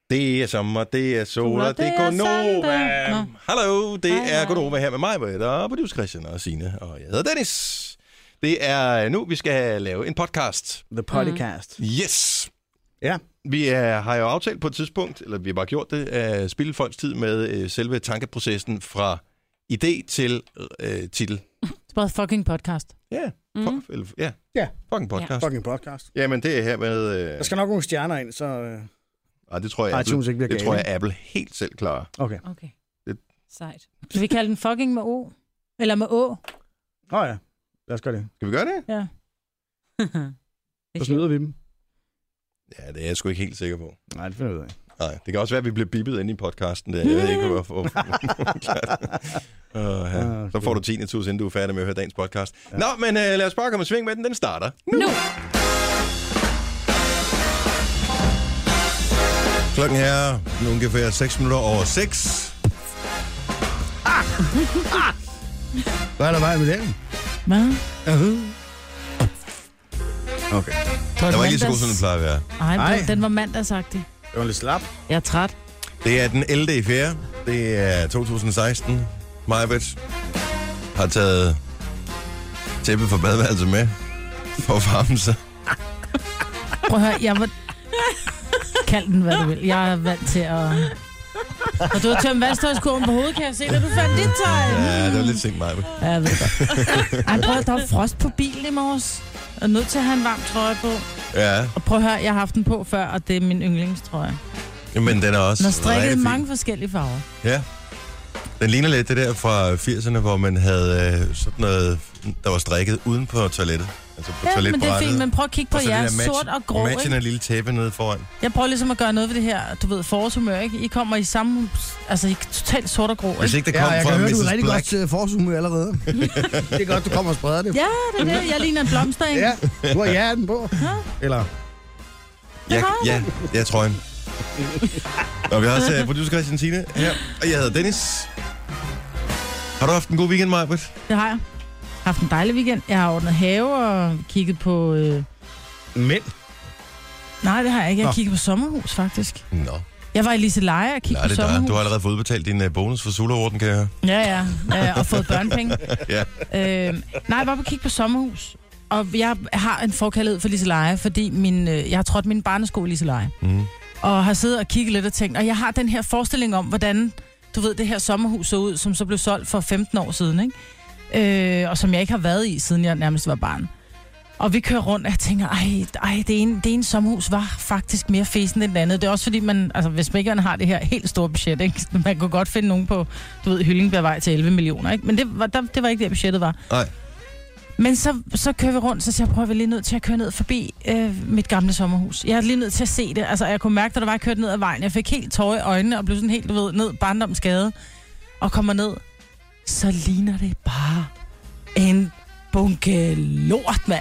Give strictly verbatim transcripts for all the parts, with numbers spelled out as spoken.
Det er sommer, det er sol, og det er Gonova. Hallo, det hej, er Gonova her med mig, Britt, og producer Christian og Signe, og jeg hedder Dennis. Det er nu, vi skal lave en podcast. The podcast. Mm. Yes. Ja. Vi er, har jo aftalt på et tidspunkt, eller vi har bare gjort det, at spille folks tid med øh, selve tankeprocessen fra idé til øh, titel. Det er bare fucking podcast. Ja, yeah. mm. eller, ja. ja. Fucking podcast. Ja. Fucking podcast. Jamen, det er her med... Øh... Der skal nok nogle stjerner ind, så... Øh... Ej, det tror jeg, Apple, det gale. tror jeg Apple helt selv klarer. Okay. Okay. Det... Sejt. Skal vi kalde den fucking med O? Eller med Å? Åh oh, ja. Lad os gøre det. Skal vi gøre det? Ja. Så snyder vi dem. Ja, det er jeg sgu ikke helt sikker på. Nej, det finder vi ud af. Nej, det kan også være, at vi bliver bippet inde i podcasten. Der. Jeg ved ikke, hvorfor. uh, ja. Så får du tinnitus, inden du er færdig med at høre dagens podcast. Ja. Nå, men uh, lad os bare komme og sving med den. Den starter nu. nu. Klokken er ungefær seks minutter over seks. Ah! Ah! Hvad er der vej med den? Hvad? Uh-huh. Okay. Der var ikke lige så god, som den plejer at være. Nej, den, den var mandagsagtig. Det var lidt slap. Jeg er træt. Det er den ellevte i fjerde Det er to tusind og seksten Majbet har taget tæppet for badeværelset med for at varme sig. Prøv at høre, jeg var... Kald den, hvad du vil. Jeg er vant til at... Og du har tømt vandstøjskurven på hovedet, kan jeg se, da du fandt dit tøj. Ja, det var lidt sent, Majbet. Ja, jeg ved det. Ej, prøv at der var frost på bilen i morges. Jeg er nødt til at have en varm trøje på. Ja. Og prøv at høre, jeg har haft den på før, og det er min yndlingstrøje. Men den er også... Den har strikket mange forskellige farver. Ja. Den ligner lidt det der fra firserne, hvor man havde øh, sådan noget, der var strikket uden på toilettet. Altså på ja, men det er fint, men prøv at kigge på jer, match, sort og grå, matchen ikke? En lille tæppe nede foran. Jeg prøver ligesom at gøre noget ved det her, du ved, forårshumør, ikke? I kommer i samme, altså I totalt sort og grå, ikke? Hvis ikke det kom ja, jeg fra kan høre, missus du er rigtig Black. godt til forårshumør allerede. Det er godt, du kommer og spreder det. Ja, det er det. Jeg ligner en blomster, ikke? Ja, du har hjerten på. Ja. Eller? Ja, ja, jeg tror jeg. Og vi har også uh, producer Christian Signe her, og jeg hedder Dennis. Har du haft en god weekend, Majbert? Det har jeg. Haft en dejlig weekend. Jeg har ordnet have og kigget på... Øh... Mænd? Nej, det har jeg ikke. Jeg har kigget på sommerhus, faktisk. Nå. Jeg var i Liseleje og kiggede på sommerhus. Der. Du har allerede fået udbetalt din uh, bonus for Sula-Orden, kan jeg høre. Ja, ja. Øh, og fået børnepenge. ja. øh, nej, jeg var på at kigge på sommerhus. Og jeg har en forkærlighed for Liseleje, fordi min, øh, jeg har trådt min barnesko i Liseleje. Mm. Og har siddet og kigget lidt og tænkt, og jeg har den her forestilling om, hvordan, du ved, det her sommerhus så ud, som så blev solgt for femten år siden, ikke? Øh, og som jeg ikke har været i, siden jeg nærmest var barn. Og vi kører rundt, og jeg tænker, ej, ej det, ene, det ene sommerhus var faktisk mere fesen end det andet. Det er også fordi, man, altså, hvis man ikke har det her helt store budget, ikke? Man kunne godt finde nogen på, du ved, Hyllingbjergvej til elleve millioner, ikke? Men det var, der, det var ikke det, budgettet var. Nej. Men så, så kører vi rundt, så siger jeg, prøver vi lige nødt til at køre ned forbi øh, mit gamle sommerhus. Jeg er lige nødt til at se det. Altså, jeg kunne mærke, at der var kørt ned ad vejen. Jeg fik helt tårer i øjnene og blev sådan helt, du ved, ned barndomsgade. Og kommer ned, så ligner det bare en bunke lort, mand.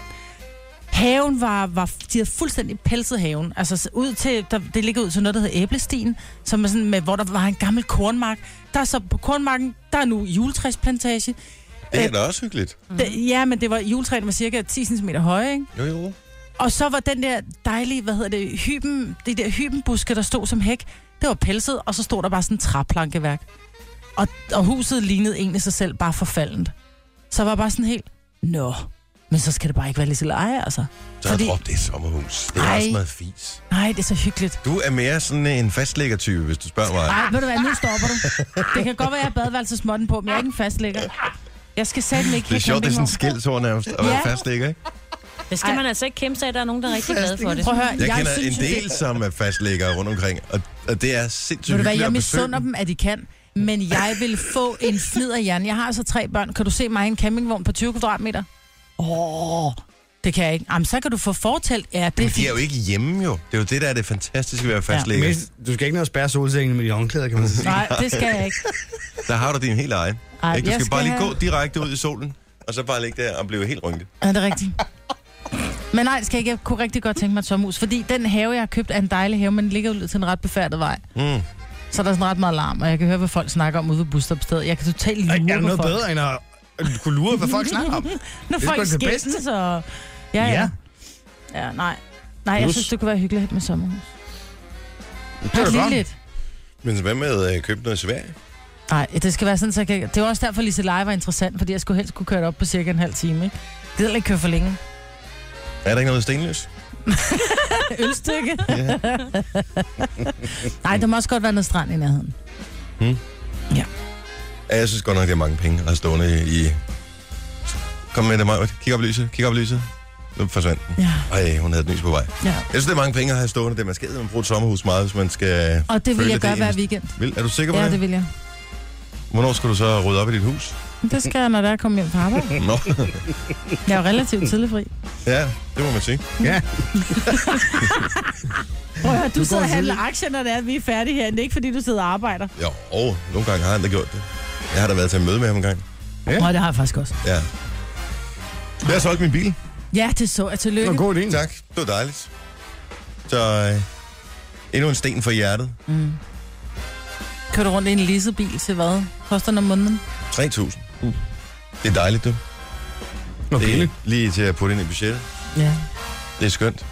Haven var, var de havde fuldstændig pelset haven. Altså ud til, der, det ligger ud til noget, der hedder Æblestien, som er sådan med, hvor der var en gammel kornmark. Der er så på kornmarken, der er nu juletræsplantage. Det er da også hyggeligt. Det, ja, men det var juletræet var cirka ti centimeter høje, ikke? Jo, jo. Og så var den der dejlige, hvad hedder det, hyben, det der hybenbuske, der stod som hæk, det var pelset, og så stod der bare sådan en træplankeværk. Og, og huset lignede egentlig sig selv bare forfaldent. Så var bare sådan helt, nå, men så skal det bare ikke være lige så leje, altså. Så Fordi... drop det sommerhus. Det er ej, også noget fis. Nej, det er så hyggeligt. Du er mere sådan en fastlæggertype, hvis du spørger mig. Nej, ved du hvad, nu stopper du. Det kan godt være, jeg har badeværelsesmåtten på, men jeg er ikke en fastlægger. Jeg skal sætte mig ikke. Det er sjovt, det er sådan en skældsord nærmest, at være ja. fastlægger, ikke? Det skal Ej. man altså ikke kæmpe sig, at der er nogen, der er rigtig glade for det. Prøv at høre, jeg, jeg kender synes, en del, det... som er fastlæggere rundt omkring, og, og det er sindssygt hyggeligt. Jeg misunder dem, at de kan, men jeg vil få en flid af hjernen. Jeg har altså tre børn. Kan du se mig i en campingvogn på tyve kvadratmeter? Åh, det kan jeg ikke. Jamen, så kan du få fortalt. Ja, det men de er jo ikke hjemme, jo. Det er jo det, der er det fantastiske ved at være fastlægger. Ja. Men du skal ikke nå at spærre solsengen med de håndklæder, kan man sige. Nej, det skal jeg ikke. Der har du din helt egen. Ej, du skal, skal bare lige have... gå direkte ud i solen, og så bare ligge der og blive helt rynket. Ja, det er rigtigt. Men nej, det skal jeg ikke. Jeg kunne rigtig godt tænke mig et sommerhus, fordi den have, jeg har købt, er en dejlig have, men den ligger ud til en ret befærdet vej. Mm. Så er der sådan ret meget larm, og jeg kan høre, hvad folk snakker om ude ved busstopstedet. Jeg kan totalt lure på folk. Er der noget folk. bedre, end at du kunne lure, hvad folk snakker om? Når folk skændes, og... Ja, ja. Ja, nej. Nej, jeg synes, det kunne være hyggeligt med sommerhus. Det er godt. Lidt. Men hvad med at købe noget i Sverige? Nej, det skal være sådan, så jeg kan... Det var også derfor, at Liseleje var interessant, fordi jeg skulle helst kunne køre det op på cirka en halv time, ikke? Det gider ikke køre for længe. Er der ikke noget stenløs? Ølstykke? Nej, der må også godt være noget strand i nærheden. Hmm. Ja. Ja, jeg synes godt nok, det er mange penge at have stående i... Kom med det, Maja. Kig op i lyset. Kig op i lyset. Nu forsvandt den. Ja. Ej, hun havde et nys på vej. Ja. Jeg synes, det er mange penge at have stående. Det man skal man bruge et sommerhus meget, hvis man skal... Og det vil føle, jeg gøre det hver weekend. Vil, er du sikker på Ja, det? det vil jeg. Hvornår skal du så rydde op i dit hus? Det skal jeg, når der er kommet hjem fra arbejde. Nå. Jeg er jo relativt tidlig fri. Ja, det må man sige. Ja. Prøv at høre, du, Du sidder og går handler aktier, når det er, at vi er færdige her. Det er ikke, fordi du sidder og arbejder. Jo, oh, nogle gange har han da gjort det. Jeg har da været til at møde med ham en gang. Ja. Nå, det har jeg faktisk også. Ja. Jeg har solgt min bil. Ja, det så jeg. Tillykke. Det var en god idé. Tak, det var dejligt. Så øh, endnu en sten for hjertet. Mm. Kører du rundt i en leaset bil til hvad? Koster den om måneden? tre tusind. Uh. Det er dejligt, du. Okay. Det er lige til at putte ind i budgettet. Ja. Det er skønt.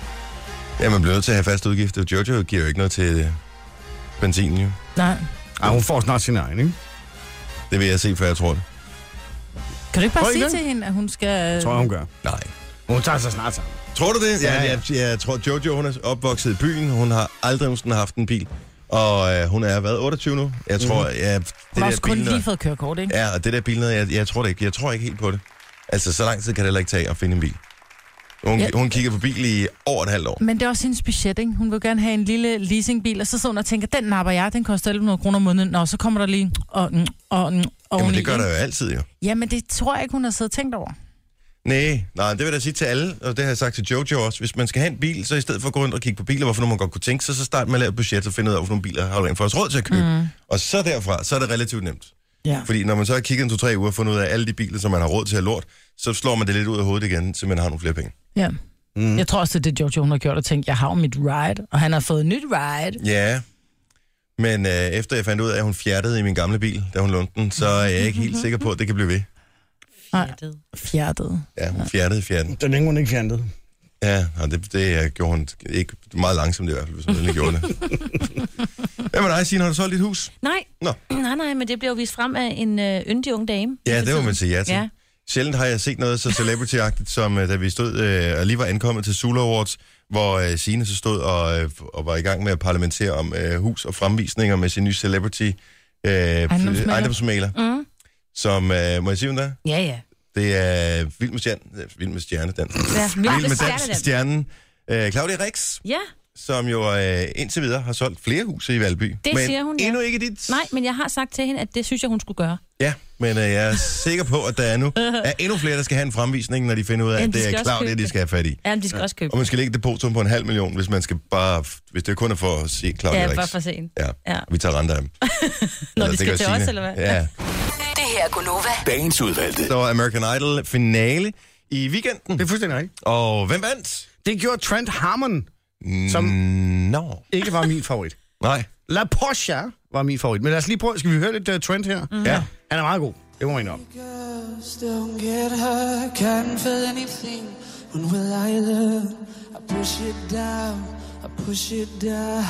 Ja, man bliver nødt til at have faste udgifter. Jojo giver jo ikke noget til benzinen, jo. Nej. Ej, hun får snart sin egen, ikke? Det vil jeg se, før jeg tror det. Kan du ikke bare Prøv sige igen. til hende, at hun skal... Det tror jeg, hun gør. Nej. Hun tager sig snart sammen. Tror du det? Ja, Ja, ja. jeg, jeg tror, Jojo, hun er opvokset i byen. Hun har aldrig nogensinde haft en bil. Og øh, hun er, hvad, otteogtyve nu? Jeg tror, mm. ja, det Hun har også kun bilnød- lige fået kørekort, ikke? Ja, og det der bilnød, jeg, jeg tror det ikke. Jeg tror ikke helt på det. Altså, så lang tid kan det heller ikke tage at finde en bil. Hun, Ja. ja. hun kigger på bil i over et halvt år. Men det er også hendes budget, ikke? Hun vil gerne have en lille leasingbil, og så sidder hun og tænker, den napper jeg, den koster elleve hundrede kroner om måneden. Nå, så kommer der lige og, og, og, og Jamen, det gør der jo altid, jo. Jamen, det tror jeg ikke, hun har siddet og tænkt over. Nej, nej, det vil jeg sige til alle, og det har jeg sagt til Jojo også. Hvis man skal have en bil, så i stedet for at gå rundt og kigge på biler, hvorfor nu man godt kunne tænke sig, så start med at lave et budget og finde ud af, hvorfor nogle biler har du rent for os råd til at købe. Mm. Og så derfra, så er det relativt nemt. Ja. Fordi når man så har kigget en to-tre uger og fundet ud af alle de biler, som man har råd til at lort, så slår man det lidt ud af hovedet igen, så man har nogle flere penge. Ja. Mm. Jeg tror også, det er det, Jojo hun har gjort, og tænkt, jeg har jo mit ride, og han har fået et nyt ride. Ja, men øh, efter jeg fandt ud af, at hun fjerdede i min gamle bil, da hun lånte den, så er jeg ikke helt sikker på, at det kan blive ved. Nej, fjertet. Ja, hun fjerdede i fjerden. Den længe hun ikke fjernet. Ja, og det, det gjorde hun ikke meget langsomt i hvert fald, hvis hun endelig gjorde det. Hvad med dig, Signe? Har du solgt dit hus? Nej. Nå. nej, nej, men det bliver jo vist frem af en øh, yndig ung dame. Ja, det må man sige ja til. Ja. Sjældent har jeg set noget så celebrity-agtigt, som øh, da vi stod øh, og lige var ankommet til Zulu Awards, hvor øh, Signe så stod og, øh, og var i gang med at parlamentere om øh, hus og fremvisninger med sin nye celebrity øh, Ejendomsmægler. ejendomsmægler, Mm. som, øh, må jeg sige, hun der? Ja, ja. Det er Vild med Stjerne, øh, Vild med Stjerne, dans. Ja, Vild med stjerne, dans, den. Stjernen. Øh, Claudia Rix, Ja, som jo øh, indtil videre har solgt flere huse i Valby. Det men siger hun, ja. endnu ikke dit. nej, men jeg har sagt til hende, at det synes jeg, hun skulle gøre. Ja, men øh, jeg er sikker på, at der er nu er endnu flere, der skal have en fremvisning, når de finder ud af, Jamen, at de det skal er også Claudia, købe de det. skal have fat i. Ja, men de skal ja. også købe. Og man skal lægge depositum på en halv million, hvis man skal bare, hvis det kun er for at se Claudia Ja, Rix. bare for sent. Ja, Ja. vi tager renter af dem. Når Eller de det skal gør til Signe. os, eller hvad? Ja. Det her er Gunova. Dagens udvalgte. Der var American Idol finale i weekenden. Det er fuldstændig rigtigt. Og hvem vandt? Det gjorde Trent Harmon, som Nå. ikke var min favorit. Nej. La Porsche var min favorit. Men lad os lige prøve. Skal vi høre lidt uh, Trent her? Mm. Ja. Han er meget god. Det må man indrømme. Girls don't get her, can't feel anything. When will I learn? I push it down, I push it down.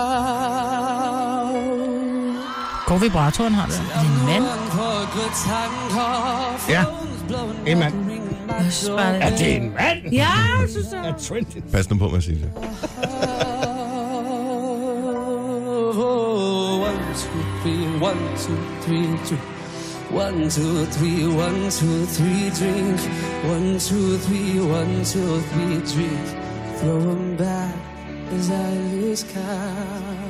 God vibratoren har det. Din mand. For a good time call, Ja. phone's blowing En mand. up, ringing my door. Er det en mand? Ja, jeg synes jeg. Er Trent? Pas nu på med at sige det. Oh, one, two, three, one, two, three, two. One, two, three, one, two, three, drink. One, two, three, one, two, three, drink. Throw 'em back as I lose count.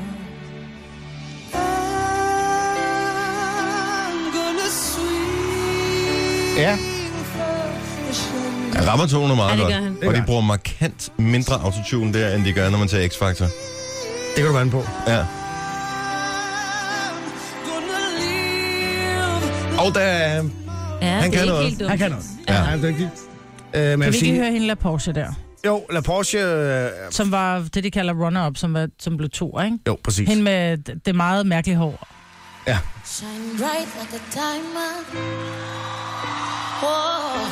I'm gonna swing Ja. for Han rammer tonerne meget Ja, det godt. gør han. Og Det de gør bruger markant mindre autotune der, end de gør, når man tager X-Factor. Det kan du vande på. Ja. gonna live. Og der er... Ja, Han det kan er noget. ikke helt dumt. Han kan noget. Ja. Ja. Han er dygtig. Øh, men jeg Kan vil vi ikke sige, høre hende La Porsche der? jo, La Porsche... Øh, Som var det, de kalder runner-up, som, var, som blev to, ikke? jo, præcis. Hende med det- det meget mærkelige hår. Ja. Shine bright like a diamond. Oh,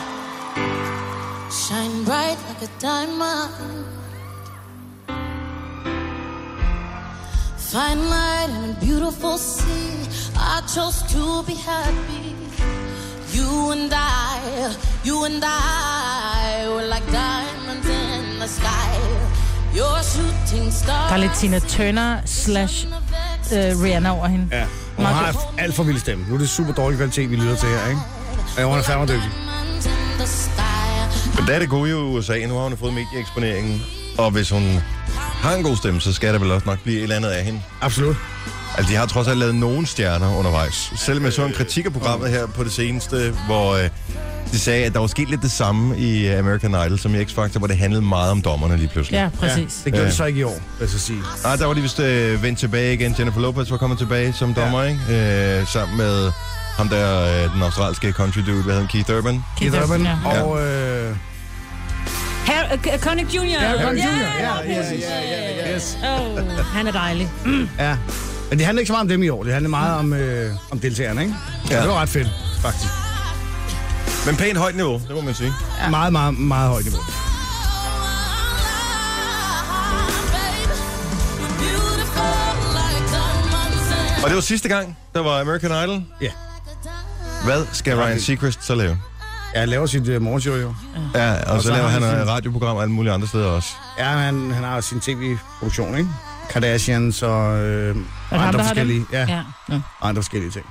shine bright like a diamond. fine light and a beautiful sea. I chose to be happy. You and I, you and I were like diamonds in the sky. You're shooting stars. Der er lidt Tina Turner slash øh, Rihanna over hende. Ja, hun har alt for vild stemme. Nu er det super dårlig kvalitet, vi lytter til her, ikke? Ja, hun er fandme dygtig. Men der er det gode i U S A. Nu har hun fået medieeksponeringen. Og hvis hun har en god stemme, så skal der vel også nok blive et eller andet af hende. Absolut. Altså, de har trods alt lavet nogle stjerner undervejs. Selvom jeg så en kritik af programmet her på det seneste, hvor øh, de sagde, at der var sket lidt det samme i American Idol, som i X-Factor, hvor det handlede meget om dommerne lige pludselig. Ja, præcis. Ja, det gjorde Ja. det så ikke i år, vil jeg så sige. Nej, der var de vist øh, vendt tilbage igen. Jennifer Lopez var kommet tilbage som dommer, Ja. ikke? Øh, sammen med ham der, øh, den australske country dude, hvad hedder han? Keith Urban. Keith Urban ja. og... Øh, Her, uh, Connick junior Ja, Connick Ja, junior Ja, ja, præcis. ja, ja, ja. Yes. Oh, han er dejlig. Ja. Men det handler ikke så meget om dem i år. Det handler meget om, øh, om deltagerne, ikke? Ja. Ja. Det var ret fedt, faktisk. Men pænt højt niveau, det må man sige. Ja. Meget, meget, meget højt niveau. Og det var sidste gang, der var American Idol. Ja. Hvad skal Ryan Seacrest så lave? Jeg laver sit uh, morgenshow, jo. Ja, og, og så, så laver har han han et sin- radioprogram og alle mulige andre steder også. Ja, han, han har sin tv-produktion, ikke? Kardashians og øh, ham, andre der har forskellige, ja, Ja. Ja. andre forskellige ting.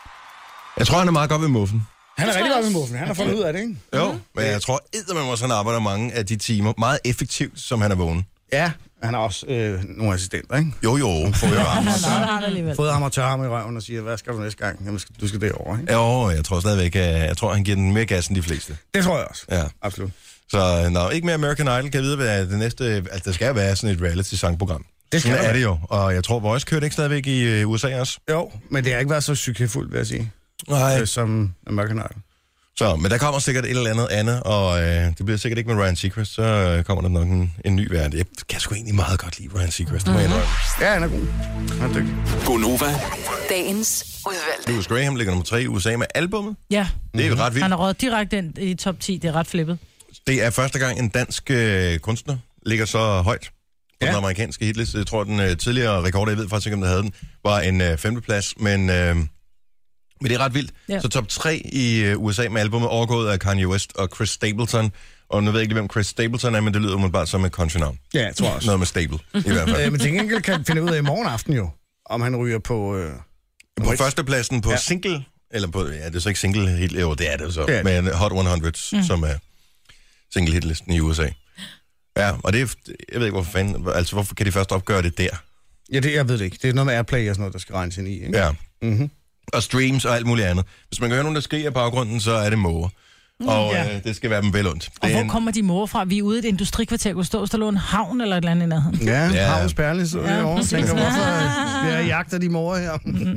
Jeg tror, han er meget godt ved muffen. Han er rigtig godt med muffen. Han har fundet ud af det, ikke? Jo, men jeg tror eddermame også, han arbejder mange af de timer meget effektivt, som han er vågen. Ja, han har også øh, nogle assistenter, ikke? Jo, jo. Får jeg Han har det alligevel. Fået ham og tørre ham i røven og siger, hvad skal du næste gang? Jamen, skal- du skal derover, ikke? Jo, jeg tror stadigvæk, at jeg tror, han giver den mere gas end de fleste. Det tror jeg også. Ja. Absolut. Så nå, ikke mere American Idol. Kan jeg vide, hvad det næste... Altså, der skal være sådan et reality-sangprogram. Det skal Sådan der er det jo. Og jeg tror, Voice kører det ikke stadigvæk i øh, U S A også. Jo, men det har ikke været så succesfuldt, vil jeg sige, Nej. øh, som American Idol. Så, men der kommer sikkert et eller andet andet, og øh, det bliver sikkert ikke med Ryan Seacrest, så øh, kommer der nok en, en ny verden. Jeg kan sgu egentlig meget godt lide Ryan Seacrest, det må jeg indrømme. Ja, han er god. Han er dygtig. Gonova. Dagens udvalgte. Louis Graham ligger nummer tre i U S A med albummet. Ja, Det er jo ret vildt. han er røget direkte ind i top ti. Det er ret flippet. Det er første gang, en dansk øh, kunstner ligger så højt på ja. den amerikanske hitliste. Jeg tror, den øh, tidligere rekord, jeg ved faktisk ikke, om der havde den, var en øh, femteplads, men, øh, men det er ret vildt. Ja. Ja. Så top tre i øh, U S A med albumet, overgået af Kanye West og Chris Stapleton. Og nu ved jeg ikke, hvem Chris Stapleton er, men det lyder jo bare som et country-navn. Ja, jeg tror også. Noget med stable, i hvert fald. Øh, men til gengæld kan vi finde ud af i morgen aften jo, om han ryger på... Øh, På førstepladsen på ja. Ja. single, eller på, ja, det er så ikke single hit, jo, det er det så, Det er det. men Hot hundrede, mm. som er single hitlisten i U S A. Ja, og det er, jeg ved ikke, hvorfor fanden, altså hvorfor kan de først opgøre det der? ja, det, jeg ved det ikke. Det er noget med Airplay og sådan noget, der skal regnes ind i, ikke? Ja. Mm-hmm. Og streams og alt muligt andet. Hvis man kan høre nogen, der skriger i baggrunden, så er det måger. Og Ja. øh, det skal være dem vel ondt. Og Det er hvor en- kommer de måger fra? Vi er ude i et industrikvarter. Kunne stå, der lå en havn eller et eller andet i nærheden. Ja, Ja. ja. Havns Perle, så Ja, ja, jeg præcis. tænker, hvorfor bliver jeg jagter de mor her?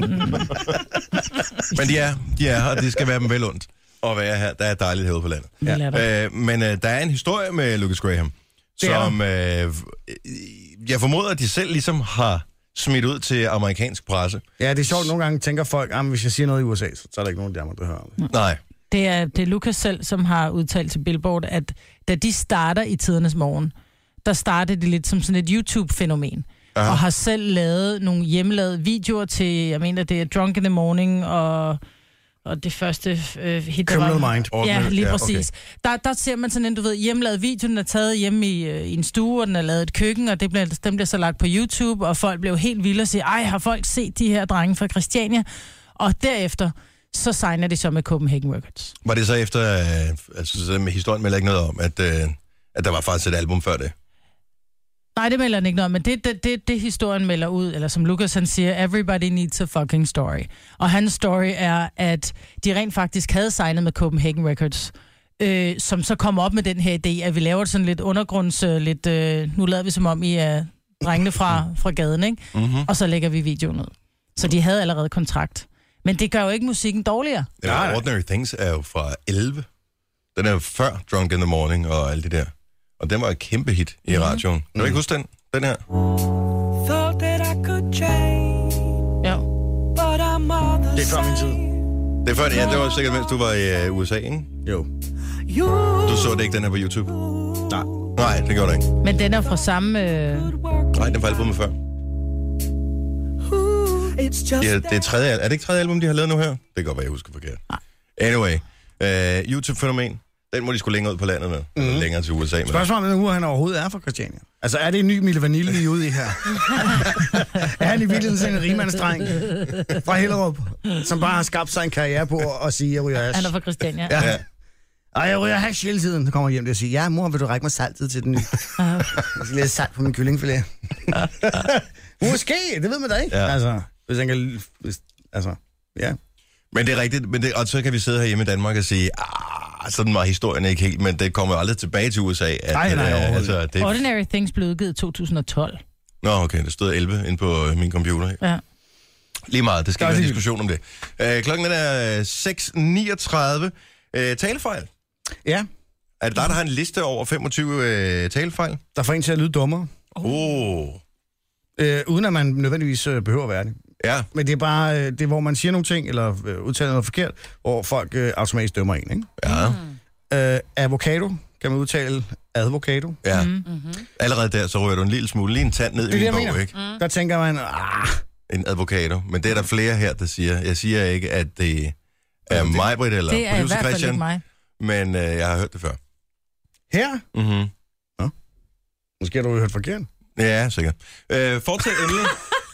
Men de er, de er her, og det skal være dem vel ondt at være her. Der er dejligt herude på landet. Ja. Øh, men øh, der er en historie med Lucas Graham, Det er som øh, jeg formoder, at de selv ligesom har smidt ud til amerikansk presse. Ja, det er sjovt. Nogle gange tænker folk, at hvis jeg siger noget i U S A, så, så er der ikke nogen, der må, der hører om det. Nej. Det er, det er Lucas selv, som har udtalt til Billboard, at da de starter i tidernes morgen, der startede de lidt som sådan et YouTube-fænomen. Aha. Og har selv lavet nogle hjemmelavede videoer til, jeg mener, det er Drunk in the Morning og, og det første øh, hit, der Criminal var... Mind. Ja, lige Ja, præcis. Okay. Der, der ser man sådan en, du ved, hjemmelavet video, den er taget hjemme i, øh, i en stue, og den er lavet i et køkken, og det bliver, den bliver så lagt på YouTube, og folk bliver helt vilde og siger, ej, har folk set de her drenge fra Christiania? Og derefter, så signer de så med Copenhagen Records. Var det så efter, øh, altså så med historien melder ikke noget om, at, øh, at der var faktisk et album før det? Nej, det melder den ikke noget om, men det, det, det, det historien melder ud, eller som Lucas han siger, everybody needs a fucking story. Og hans story er, at de rent faktisk havde signet med Copenhagen Records, øh, som så kom op med den her idé, at vi laver sådan lidt undergrunds, øh, lidt, øh, nu lader vi som om I er drengene fra, fra gaden, ikke? Mm-hmm. Og så lægger vi videoen ud. Så de havde allerede kontrakt. Men det gør jo ikke musikken dårligere. Ja, Ordinary Things er jo fra elleve. Den er jo før Drunk in the Morning og alt det der. Og den var et kæmpe hit i radioen. Kan du ikke huske den? Den her? Thought that I could change, Ja. but I'm all the Det er før min tid. Det er før, ja, det var sikkert, mens du var i uh, U S A, ikke? Jo. You Du så det ikke, den her på YouTube? Nej. Nej, det gjorde det ikke. Men den er fra samme... Øh... Nej, den var albumet før. Ja, det er, tredje, er det ikke tredje album, de har lavet nu her? Det kan godt være, jeg husker forkert. Anyway, uh, YouTube-fænomen. Den må de skulle længere ud på landet med. Mm. Eller længere til U S A med. Spørgsmålet er, hvor han overhovedet er fra Christiania. Altså, er det en ny Mille Vanille, vi er ude i her? Er han i virkeligheden sådan en rigmandsdreng fra Hellerup, som bare har skabt sig en karriere på at sige, at jeg ryger hash? Han er fra Christiania. Ja. Ja. Og jeg ryger hash hele tiden. Så kommer jeg hjem til at sige, ja, mor, vil du række mig saltet til den nye? Jeg skal lidt salt på min kyllingfilet. Måske, det ved man da ikke. Ja. Altså, hvis han kan... Hvis, altså, ja. Men det er rigtigt, men det, og så kan vi sidde her hjemme i Danmark og sige, ah, sådan var historien ikke helt, men det kommer jo aldrig tilbage til U S A. At, nej, nej, øh, altså, det... Ordinary Things blev udgivet i to tusind og tolv. Nå, okay, der stod elleve inde på min computer. Ja. Lige meget, det skal ikke være en diskussion om det. Øh, klokken er seks niogtredive. Øh, talefejl. Ja. Er det dig, der har en liste over femogtyve øh, talefejl? Der får en til at lyde dummere. Åh. Oh. Øh, uden at man nødvendigvis øh, behøver at være det. Ja. Men det er bare, øh, det er, hvor man siger nogle ting, eller øh, udtaler noget forkert, hvor folk øh, automatisk dømmer en, ikke? Ja. Øh, avocado, kan man udtale advocado. Ja. Mm-hmm. Allerede der, så rører du en lille smule, lige en tand ned det i min min bog, mener. ikke? Mm. Der tænker man, ah... En advokato. Men det er der flere her, der siger. Jeg siger ikke, at det er mig, Britt, eller det er producer i hvert fald Christian, ikke mig. men øh, jeg har hørt det før. Her? Mhm. Nå. Måske har du hørt forkert. Ja, sikkert. Øh, fortsæt endelig.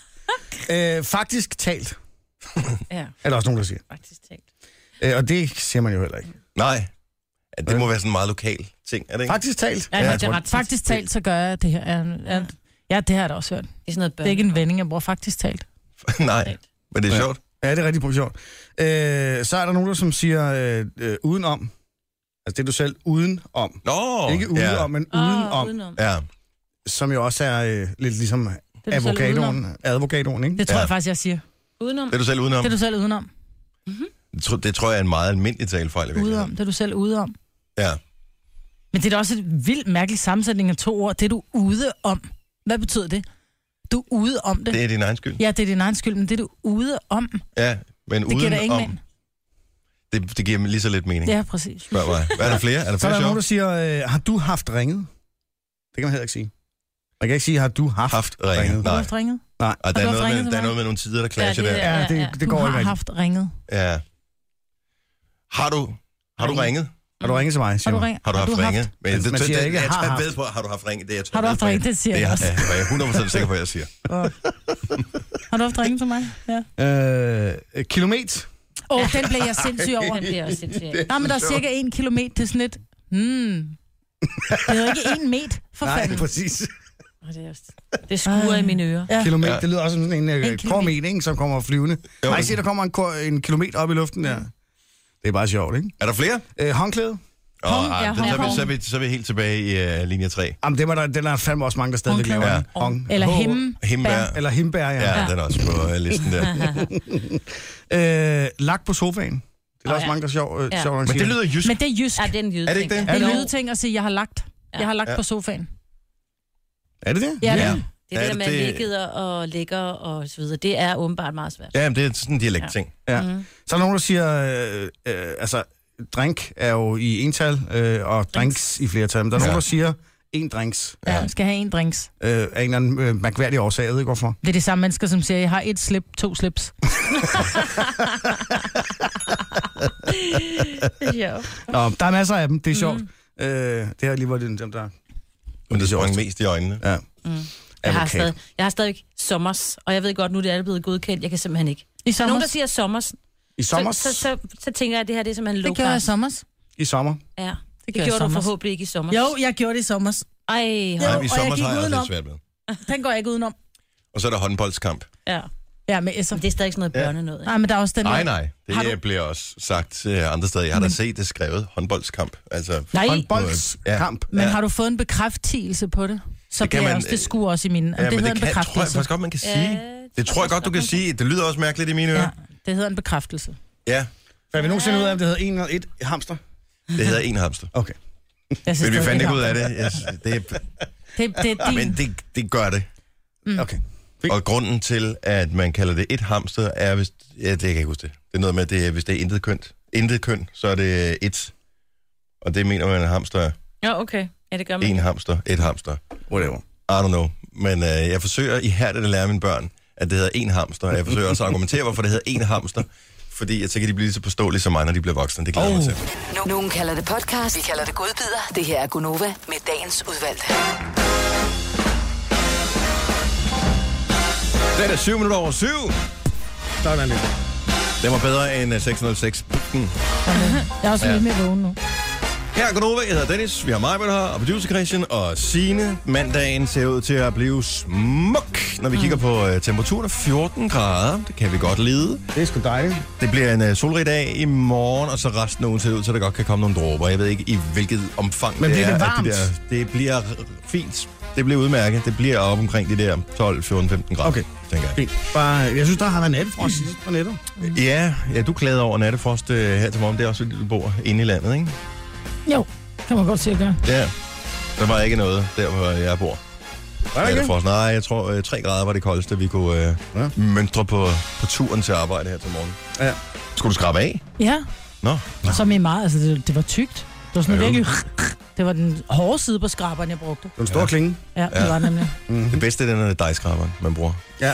øh, faktisk talt. Ja. Er der også nogen, der siger. Faktisk talt. Øh, og det siger man jo heller ikke. Nej. Ja, det må være sådan en meget lokal ting, er det ikke? Faktisk talt. Ja, Ja, ja, det er ret faktisk talt, så gør jeg det her. Ja, ja, ja, det har jeg da også hørt. Det er sådan noget Det er ikke en vending, jeg bruger faktisk talt. Nej, men det er Ja. sjovt. Ja, det er rigtig sjovt. Øh, så er der nogen, der som siger øh, øh, udenom. Altså det er du selv udenom. Nå, Ikke udenom, ja. men Oh, udenom. udenom. Ja. Som jo også er øh, lidt ligesom Det er du selv avocadoen. udenom. Advokadoen, ikke? Det tror Ja. jeg faktisk, jeg siger. Udenom. Det er du selv udenom? Det er du selv udenom. Det, tror, det tror jeg er en meget almindelig talefejl i Udenom. virkeligheden. Det er du selv udeom. Ja. Men det er da også et vildt mærkeligt sammensætning af to ord. Det er du ude om. Hvad betyder det? Du er ude om det. Det er din egen skyld. Ja, det er din egen skyld, men det er du ude om. Ja, men Det giver uden da ingen om, mening. det, det giver lige så lidt mening. Ja, præcis. Spørg mig. Hvad er der flere? Er der Så er flere der nogen, der sjov? siger, øh, har du haft ringet? Det kan man heller ikke sige. Man kan ikke sige, har du haft, Haft ringet. ringet? Har du Nej. haft ringet? Nej. Og der Har er, du haft noget ringet med, til der er mig? noget med nogle tider, der clasher Ja, det der. er- Ja, det, Ja, ja. det Du går har ikke rigtigt. haft ringet. Ja. Har du, har du ringet? Har du ringet til mig, Har siger du man. ringet? Har du haft ringet? Men Man det, siger det, ikke, jeg har tager haft. ved på, har du haft ringet? Det, jeg Har du haft ringet? Det siger jeg det, også. er, jeg er hundrede procent sikker på, at jeg siger. Har du haft ringet til mig? Ja. Øh, kilometer. Åh, oh, den blev jeg sindssyg over. Den bliver også sindssygt. Nej, men der er cirka en kilometer til sådan et... Hmm. Det er jo ikke en meter, for Nej, fanden. præcis. Og det, er også, det skuer i mine ører. Ja. Kilometer, Ja. det lyder også som sådan en, En en kilometer. kormet, ikke, som kommer flyvende. Jo. Nej, se, der kommer en, kor- en kilometer op i luften der. Det er bare sjovt, ikke? Er der flere? Øh, håndklæde. Åh, Hong, ej, ja, det- så, er vi, Hong. så, er vi, så er vi helt tilbage i uh, linje tre. Jamen, det var der, den er fandme også mange, der stadigvæk Håndklæde. laver. Ja. Hong. Eller H- himmel. Himbær. Eller himbær, ja. Ja, den er også på uh, listen der. Øh, lagt på sofaen. Det er der Åh, også ja. mange, der er sjov, øh, Ja. sjov, Men det lyder jysk. Men det er jysk. Ja, det er en jyde Er det ikke det? Det er Er en det- lydting at sige, jeg har lagt. Jeg har lagt Ja. på sofaen. Er det det? Ja, Ja. ja. Det er Er det der det med det- ligget og ligger og så videre. Det er åbenbart meget svært. Ja, men det er sådan en dialektting. Ja. Mm. Så er der nogen, der siger, øh, øh, altså, drink er jo i ental, øh, og drinks i flertal. Men der er nogen, Ja. der siger, en drinks Ja, skal have en drinks. øh, af en eller anden øh, mærkværdig årsag. Jeg ved ikke, hvorfor. Det er de samme mennesker, som siger, jeg har et slip, to slips. Det er sjovt. Nå, der er masser af dem. Det er sjovt. Mm. Øh, det er lige, hvor det er dem, der... Men det sprang mest i øjnene. Ja. Mm. Jeg har, Advokat. stadig, jeg har stadig sommers, og jeg ved godt, nu det er blevet godkendt. Jeg kan simpelthen ikke. I Så sommer. nogen, der siger sommers, I sommer? så, så, så, så tænker jeg, at det her det er simpelthen low Det gjorde jeg i class. sommers. I sommer? Ja, det, gjorde det jeg i gjorde du sommers. forhåbentlig ikke i sommer. Jo, jeg gjorde det i sommers. Ej, Jo. Nej, i og jeg sommer gik har jeg også udenom. lidt svært med. Den går jeg ikke udenom. Og så er der håndboldskamp. ja. Ja, med S'er. Men det er stadig ikke sådan noget børnenød. Nej, men der er også den Nej, der- nej. Har Det du- bliver også sagt uh, andre steder. Jeg har da set det skrevet. Håndboldskamp. Altså, Nej, Håndboldskamp. men Ja. har du fået en bekræftelse på det? Så Det kan det, man, også, det skuer også i mine. ja, det men hedder det en kan, tror jeg bekræftelse. faktisk godt, man kan sige. det Det tror jeg godt, du kan sige. Det lyder også mærkeligt i mine ører. Ja, det hedder en bekræftelse. Ja, Har vi nogensinde ud af, om det hedder en eller et hamster? det hedder en hamster. Okay. Jeg synes, Men vi det er fandt ikke lidt ud af det. om. Yes, det er, Det, det er din. men det, det gør det. Okay. Og grunden til, at man kalder det et hamster, er, hvis... Ja, det kan jeg ikke huske det. Det er noget med, at det, er- hvis det er intet kønt. Intet køn, så er det et. Og det mener man, en hamster er. Ja, okay. Ja, det gør man. En hamster, et hamster. Whatever. I don't know. Men øh, jeg forsøger ihærdigt at lære mine børn, at det hedder en hamster. Jeg forsøger også at argumentere, hvorfor det hedder en hamster. Fordi jeg tænker, de bliver lige så påståelige som mig, når de bliver voksne. Det glæder oh. mig til. Nogen kalder det podcast, vi kalder det godbider. Det her er Gunova med dagens udvalgte. Det er syv minutter over syv. Sådan lidt. Det var bedre end seks nul seks. Jeg er også ja. lidt mere vågen nu. Her er Gunova, jeg hedder Dennis, vi har mig med her, og producer Christian og Signe. Mandagen ser ud til at blive smuk, når vi mm. kigger på uh, temperaturen fjorten grader. Det kan vi godt lide. Det er sgu dejligt. Det bliver en uh, solrig dag i morgen, og så resten af ugen ser ud til, at der godt kan komme nogle dråber. Jeg ved ikke, i hvilket omfang Men det bliver er. det varmt? De der, det bliver fint. Det bliver udmærket. Det bliver op omkring de der tolv, fjorten, femten grader. Okay. Tænker jeg. Fint. Bare, jeg synes, der har været nattefrost sidst på nettet. Mm. Ja, ja, du klagede over nattefrost uh, her til morgen. Det er også, fordi du bor inde i landet, ikke? Jo, kan man godt se at gøre. Ja, der var ikke noget der, hvor jeg bor. Var det ikke? Nej, jeg tror, uh, tre grader var det koldeste, vi kunne uh, ja. mønstre på, på turen til arbejde her til morgen. Ja. Skulle du skrabe af? Ja. Nå. Nå. Som i meget, altså det, det var tykt. Det var sådan virkelig... Det var den hårde side på skraberen, jeg brugte. Det var en stor ja. klinge. Ja, det ja. var nemlig. Mm-hmm. Det bedste er den, der dejskraberen, man bruger. Ja.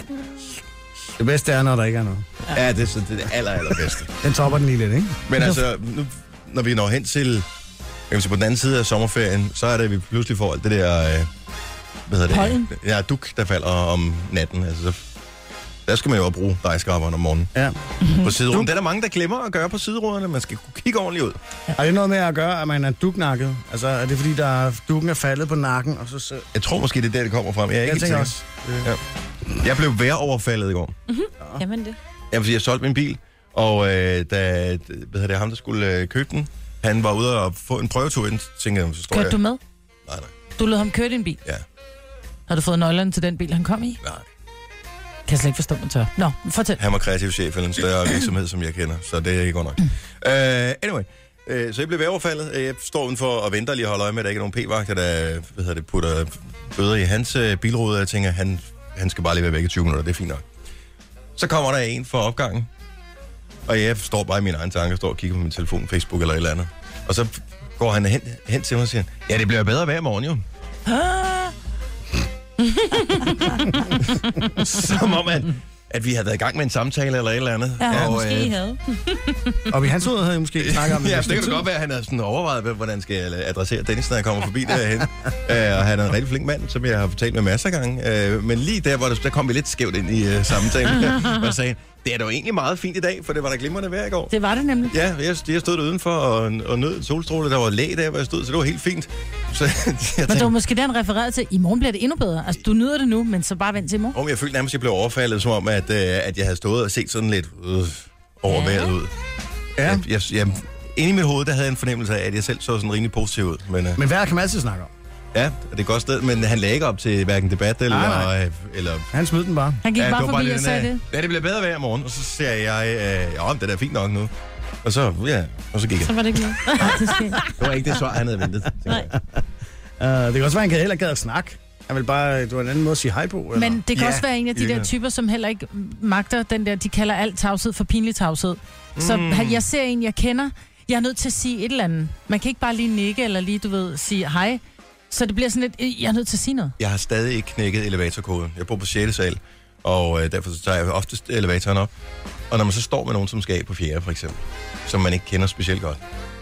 Det bedste er, når der ikke er noget. Ja, ja det, er, det er det aller, aller bedste. Den topper den lige lidt, ikke? Men altså, nu, når vi når hen til, jeg kan sige, på den anden side af sommerferien, så er det, at vi pludselig får alt det der, øh, hvad hedder det? Pollen. Ja, duk, der falder om natten. Altså, så, der skal man jo bruge dejskraberen om morgenen. Ja. På sideruden. Det er der mange, der glemmer at gøre på sideruderne. Man skal kunne kigge ordentligt ud. Ja. Er det noget med at gøre, at man er duknakket? Altså, er det fordi, der dukken er faldet på nakken? Og så, så... Jeg tror måske, det er der, det kommer frem. Jeg, er ikke jeg tænker også. Ja. Jeg blev væroverfaldet i går. Mm-hmm. Ja. Jamen det. Jeg vil sige, jeg solgte min bil, og øh, da hvad hedder det, ham, der skulle øh, købe den, han var ude og få en prøvetur ind, tænkte jeg, så står Kørte jeg... du med? Nej, nej. Du lod ham køre din bil? Ja. Har du fået nøglerne til den bil, han kom i? Nej. Kan jeg slet ikke forstå, man tør. Nå, fortæl. Han var kreativ chef eller en større virksomhed, som jeg kender, så det er ikke godt nok. Mm. Uh, anyway, uh, så jeg blev væroverfaldet. Jeg står udenfor og venter lige og holder øje med, at der ikke er nogen p-vagter, der hvad hedder det, putter bøder i hans uh, bilrude, og jeg tænker, han, han skal bare lige være væk i tyve minutter, det er fint nok. Så kommer der en for opgangen, og jeg står bare i mine egne tanker, står og kigger på min telefon, Facebook eller et eller andet. Og så går han hen, hen til mig og siger, ja, det bliver bedre hver morgen jo. Som om, at, at vi havde været i gang med en samtale eller et eller andet. Ja, og, måske øh, havde. Og i hans hoved havde jeg måske snakket om det. Ja, det kan det godt være, at han havde sådan overvejet, hvordan han skal adressere Dennis, når jeg kommer forbi derhen. uh, og han er en rigtig flink mand, som jeg har fortalt med masser af gange. Uh, men lige der, hvor det, der kom vi lidt skævt ind i uh, samtalen. Og sagde, det er da jo egentlig meget fint i dag, for det var der glimrende vejr i går. Det var det nemlig. Ja, jeg, jeg stod udenfor og, og nød solstråle. Der var læ der, hvor jeg stod, så det var helt fint. Så, jeg tænkte, men det var måske det, han refererede til. I morgen bliver det endnu bedre. Altså, du nyder det nu, men så bare vent til i morgen. Om jeg følte nærmest, at jeg blev overfaldet, som om, at, øh, at jeg havde stået og set sådan lidt øh, overværet ud. Ja. Jeg, jeg, jeg, inde i mit hoved, der havde jeg en fornemmelse af, at jeg selv så sådan rimelig positiv ud. Men, øh, men vejr kan man altid snakke om. Ja, det er et godt sted, men han lagde ikke op til hverken debat eller... Nej, nej. Øh, eller han smed den bare. Han gik ja, bare forbi bare og sagde det. Ja, det bliver bedre hver morgen, og så siger jeg, øh, ja, det er da fint nok nu. Og så, ja, og så gik jeg. Så var det ikke noget. Det var ikke det svar, han havde ventet. Nej. Uh, det kan også være, han kan heller gad at snakke. Han vil bare, det var en anden måde at sige hej på. Eller? Men det kan ja, også være en af de der typer, som heller ikke magter den der, de kalder alt tavshed for pinlig tavshed. Mm. Så jeg ser en, jeg kender, jeg er nødt til at sige et eller andet. Man kan ikke bare lige nikke, eller lige, du ved, sige hej. Så det bliver sådan lidt, jeg er nødt til at sige noget. Jeg har stadig ikke knækket elevatorkoden. Jeg bor på sjette sal, og øh, derfor så tager jeg oftest elevatoren op. Og når man så står med nogen, som skal af på fjerde, for eksempel, som man ikke kender specielt godt.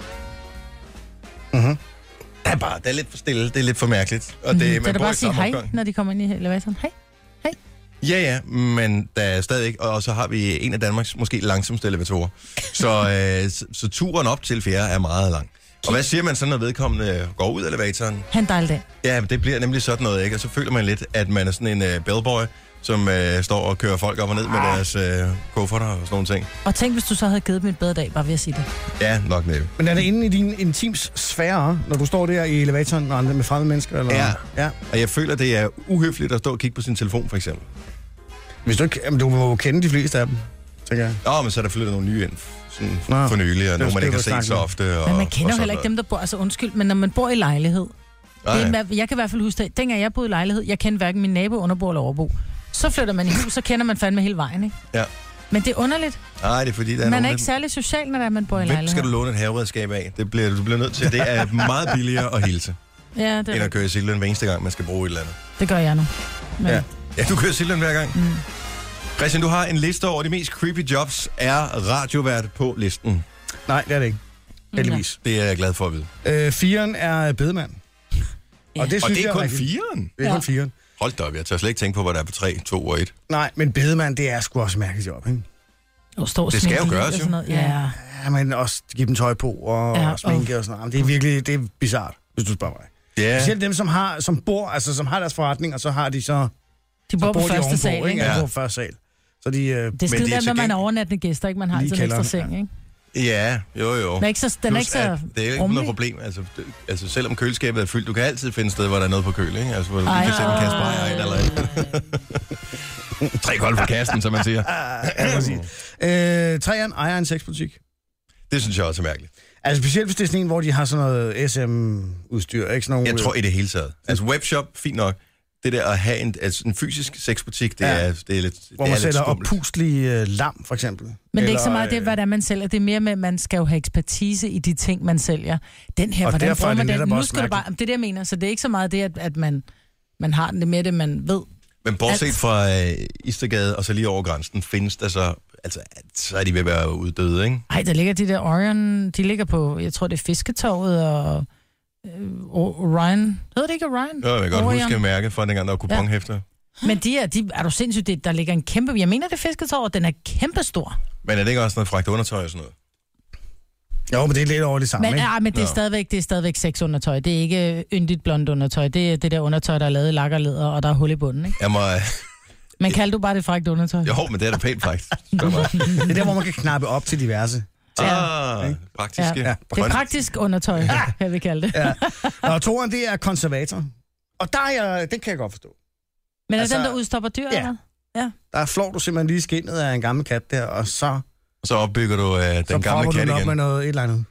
Mhm. Det er bare, det er lidt for stille, det er lidt for mærkeligt. Og det, Mm, man så er det bare bor i at sige samme hej, opgang. når de kommer ind i elevatoren. Hej. Hej. Ja, ja, men der er stadig ikke, og så har vi en af Danmarks måske langsomste elevatorer. Så, øh, så, så turen op til fjerde er meget lang. Og hvad siger man så, når vedkommende går ud af elevatoren? Han dejlig dag. Ja, det bliver nemlig sådan noget, ikke? Og så føler man lidt, at man er sådan en uh, bellboy, som uh, står og kører folk op og ned med deres uh, kufferter og sådan nogle ting. Og tænk, hvis du så havde givet dem et bedre dag, bare ved at sige det. Ja, nok næppe. Men er det inde i din intims sfære, når du står der i elevatoren og andre med fremmede mennesker? Eller? Ja. ja, og jeg føler, det er uhøfligt at stå og kigge på sin telefon, for eksempel. Hvis du ikke, jamen, du må jo kende de fleste af dem, tænker jeg. Nå, men så er der flyttet nogle nye ind, sådan Nå, for nylig, og det nogle, man det, ikke har du set snakker så om. ofte. Og, Men man kender og jo heller ikke dem, der bor, altså undskyld, men når man bor i lejlighed, Nej. det er, en- jeg kan i hvert fald huske det, dengang jeg boede i lejlighed, jeg kendte hverken min nabo, underbo eller overbo. Så flytter man i hus, så kender man fandme hele vejen, ikke? Ja. Men det er underligt. Nej, det er fordi, der er Man nogen, er ikke særlig social, når der er, man bor i Hvem lejlighed. skal du låne et haveredskab af? Det bliver, du bliver nødt til. Det er meget billigere at hilse, Ja, det, end at køre i Silden hver eneste gang, man skal bruge et eller andet. det gør jeg nu. Men, Ja. Ja, du kører Silden hver gang. Mm. Christian, du har en liste over de mest creepy jobs. Er radiovært på listen? Nej, det er det ikke. Heldigvis. Det er jeg glad for at vide. Øh, firen er bedemand. Ja. Og det, Og synes det er jeg kun rigtig- firen? Det er kun firen. Hold da op, jeg tør slet ikke tænke på, hvad der er på tre, to og et. Nej, men bedemand, det er sgu også et mærkeligt job, ikke? Og stå og Det skal sminke jo lidt gøres, og jo. sådan noget. Ja. Ja, men også give dem tøj på og, Ja, ja, og sminke og sådan noget. Det er virkelig, det er bizart, hvis du spørger mig. Ja, Specielt dem, som har, som bor, altså som har deres forretning, og så har de så... De bor så på de første ovenpå, sal, ikke? Ja, Ja. de bor på første sal. Så de... Øh, Det er Men det skide er nemt, til når man er gengæld- overnattende gæster, ikke? Man har Lige altid en ekstra kælderen, seng, ikke? ja jo jo. Den er ikke så, den er ikke Plus, så at det er ikke rummelig. noget problem. Altså, det, altså, selvom køleskabet er fyldt, du kan altid finde et sted, hvor der er noget på køl, ikke? Altså, hvor du lige Ej. kan sætte en kasse bajer ind eller et. Tre kolde for kassen, som man siger. ja, præcis. Øh, Træeren ejer en sexbutik. Det synes jeg også er mærkeligt. Altså specielt hvis det er sådan en, hvor de har sådan noget S M-udstyr, ikke? Sådan nogle, Jeg tror i det hele taget. Altså webshop, fint nok. Det der at have en, altså, en fysisk sexbutik, det, Ja. er, det er lidt hvor det man er lidt sætter skummelt. oppuslige øh, lam, for eksempel. Men det er ikke så Eller, meget det, øh, hvad det er, man sælger. Det er mere med, at man skal jo have ekspertise i de ting, man sælger. Den her, Og hvordan derfor er bruger det man den? netop Nu også skal du bare... mærkeligt. Det er det, jeg mener. Så det er ikke så meget det, at, at man, man har det med det, man ved. Men bortset Alt. fra øh, Istergade og så lige over grænsen, findes der så... Altså, så er de ved at være uddøde, ikke? Ej, der ligger de der Orion... De ligger på, jeg tror, det er Fisketorvet og... Øh, Orion... Hedder det ikke Orion? Jo, jeg kan godt Orion. huske mærket fra dengang, der var kuponhæfter. Men de er, de, er du sindssygt, det, der ligger en kæmpe... Jeg mener, det er Fisketorvet, den er kæmpestor. Men er det ikke også noget fragt undertøj og sådan noget? Jo, men det er lidt over det samme, Men, ikke? ja, men det er Nå. stadigvæk, det er stadigvæk sexundertøj. Det er ikke yndigt blond undertøj. Det er det der undertøj, der er lavet i lak og læder, og der er hul i bunden, ikke? Jeg må... Men kalder du bare det frækt undertøj? Jo, men det er da pænt faktisk. Spørg mig. Det er der, hvor man kan knappe op til diverse. Ah, praktiske. Ja. Ja. Det er praktisk undertøj, ja. jeg vil kalde det. Ja. Og toeren, det er konservator. Og der er jeg, det kan jeg godt forstå. Men er Altså, den, der udstopper dyr, ja. eller? Der flår du simpelthen lige skinnet af en gammel kat der, og så, Så opbygger du øh, den så gamle propper du kat den op igen. med noget et eller andet.